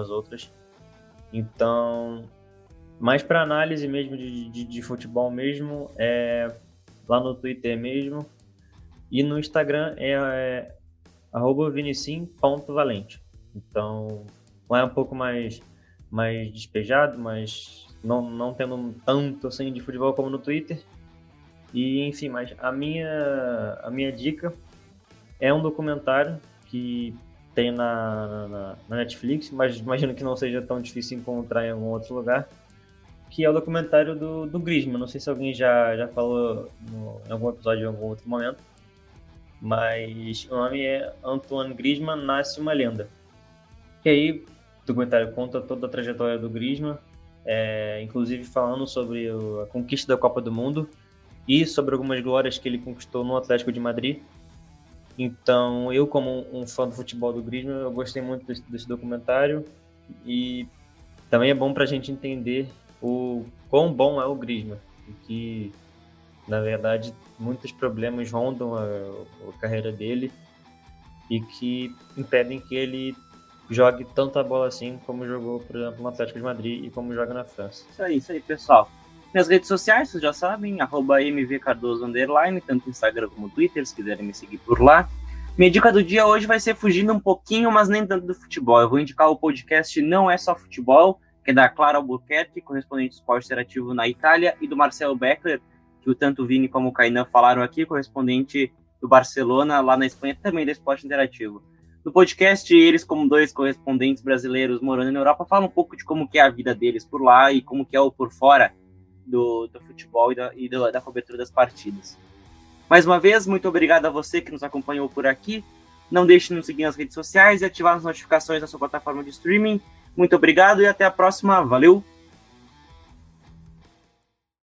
Então, mais para análise mesmo de futebol mesmo, lá no Twitter mesmo. E no Instagram é @vinicim.valente. Então, lá é um pouco mais despejado, mas não tendo tanto assim de futebol como no Twitter. E, enfim, mas a minha dica é um documentário que tem na Netflix, mas imagino que não seja tão difícil encontrar em algum outro lugar, que é o documentário do Griezmann. Não sei se alguém já falou em algum episódio em algum outro momento, mas o nome é Antoine Griezmann Nasce uma Lenda. E aí o documentário conta toda a trajetória do Griezmann, inclusive falando sobre a conquista da Copa do Mundo e sobre algumas glórias que ele conquistou no Atlético de Madrid. Então, eu, como um fã do futebol do Griezmann, eu gostei muito desse documentário, e também é bom para a gente entender o quão bom é o Griezmann, e que, na verdade, muitos problemas rondam a carreira dele e que impedem que ele jogue tanta bola assim como jogou, por exemplo, no Atlético de Madrid e como joga na França. Isso aí, pessoal. Nas redes sociais, vocês já sabem, @mvcardoso_, tanto no Instagram como no Twitter, se quiserem me seguir por lá. Minha dica do dia hoje vai ser fugindo um pouquinho, mas nem tanto do futebol. Eu vou indicar o podcast Não É Só Futebol, que é da Clara Albuquerque, correspondente do Esporte Interativo na Itália, e do Marcelo Beckler, que tanto o Vini como o Kainan falaram aqui, correspondente do Barcelona, lá na Espanha, também do Esporte Interativo. No podcast, eles, como dois correspondentes brasileiros morando na Europa, falam um pouco de como que é a vida deles por lá e como que é o por fora do futebol e da cobertura das partidas. Mais uma vez, muito obrigado a você que nos acompanhou por aqui. Não deixe de nos seguir nas redes sociais e ativar as notificações da sua plataforma de streaming. Muito obrigado e até a próxima. Valeu!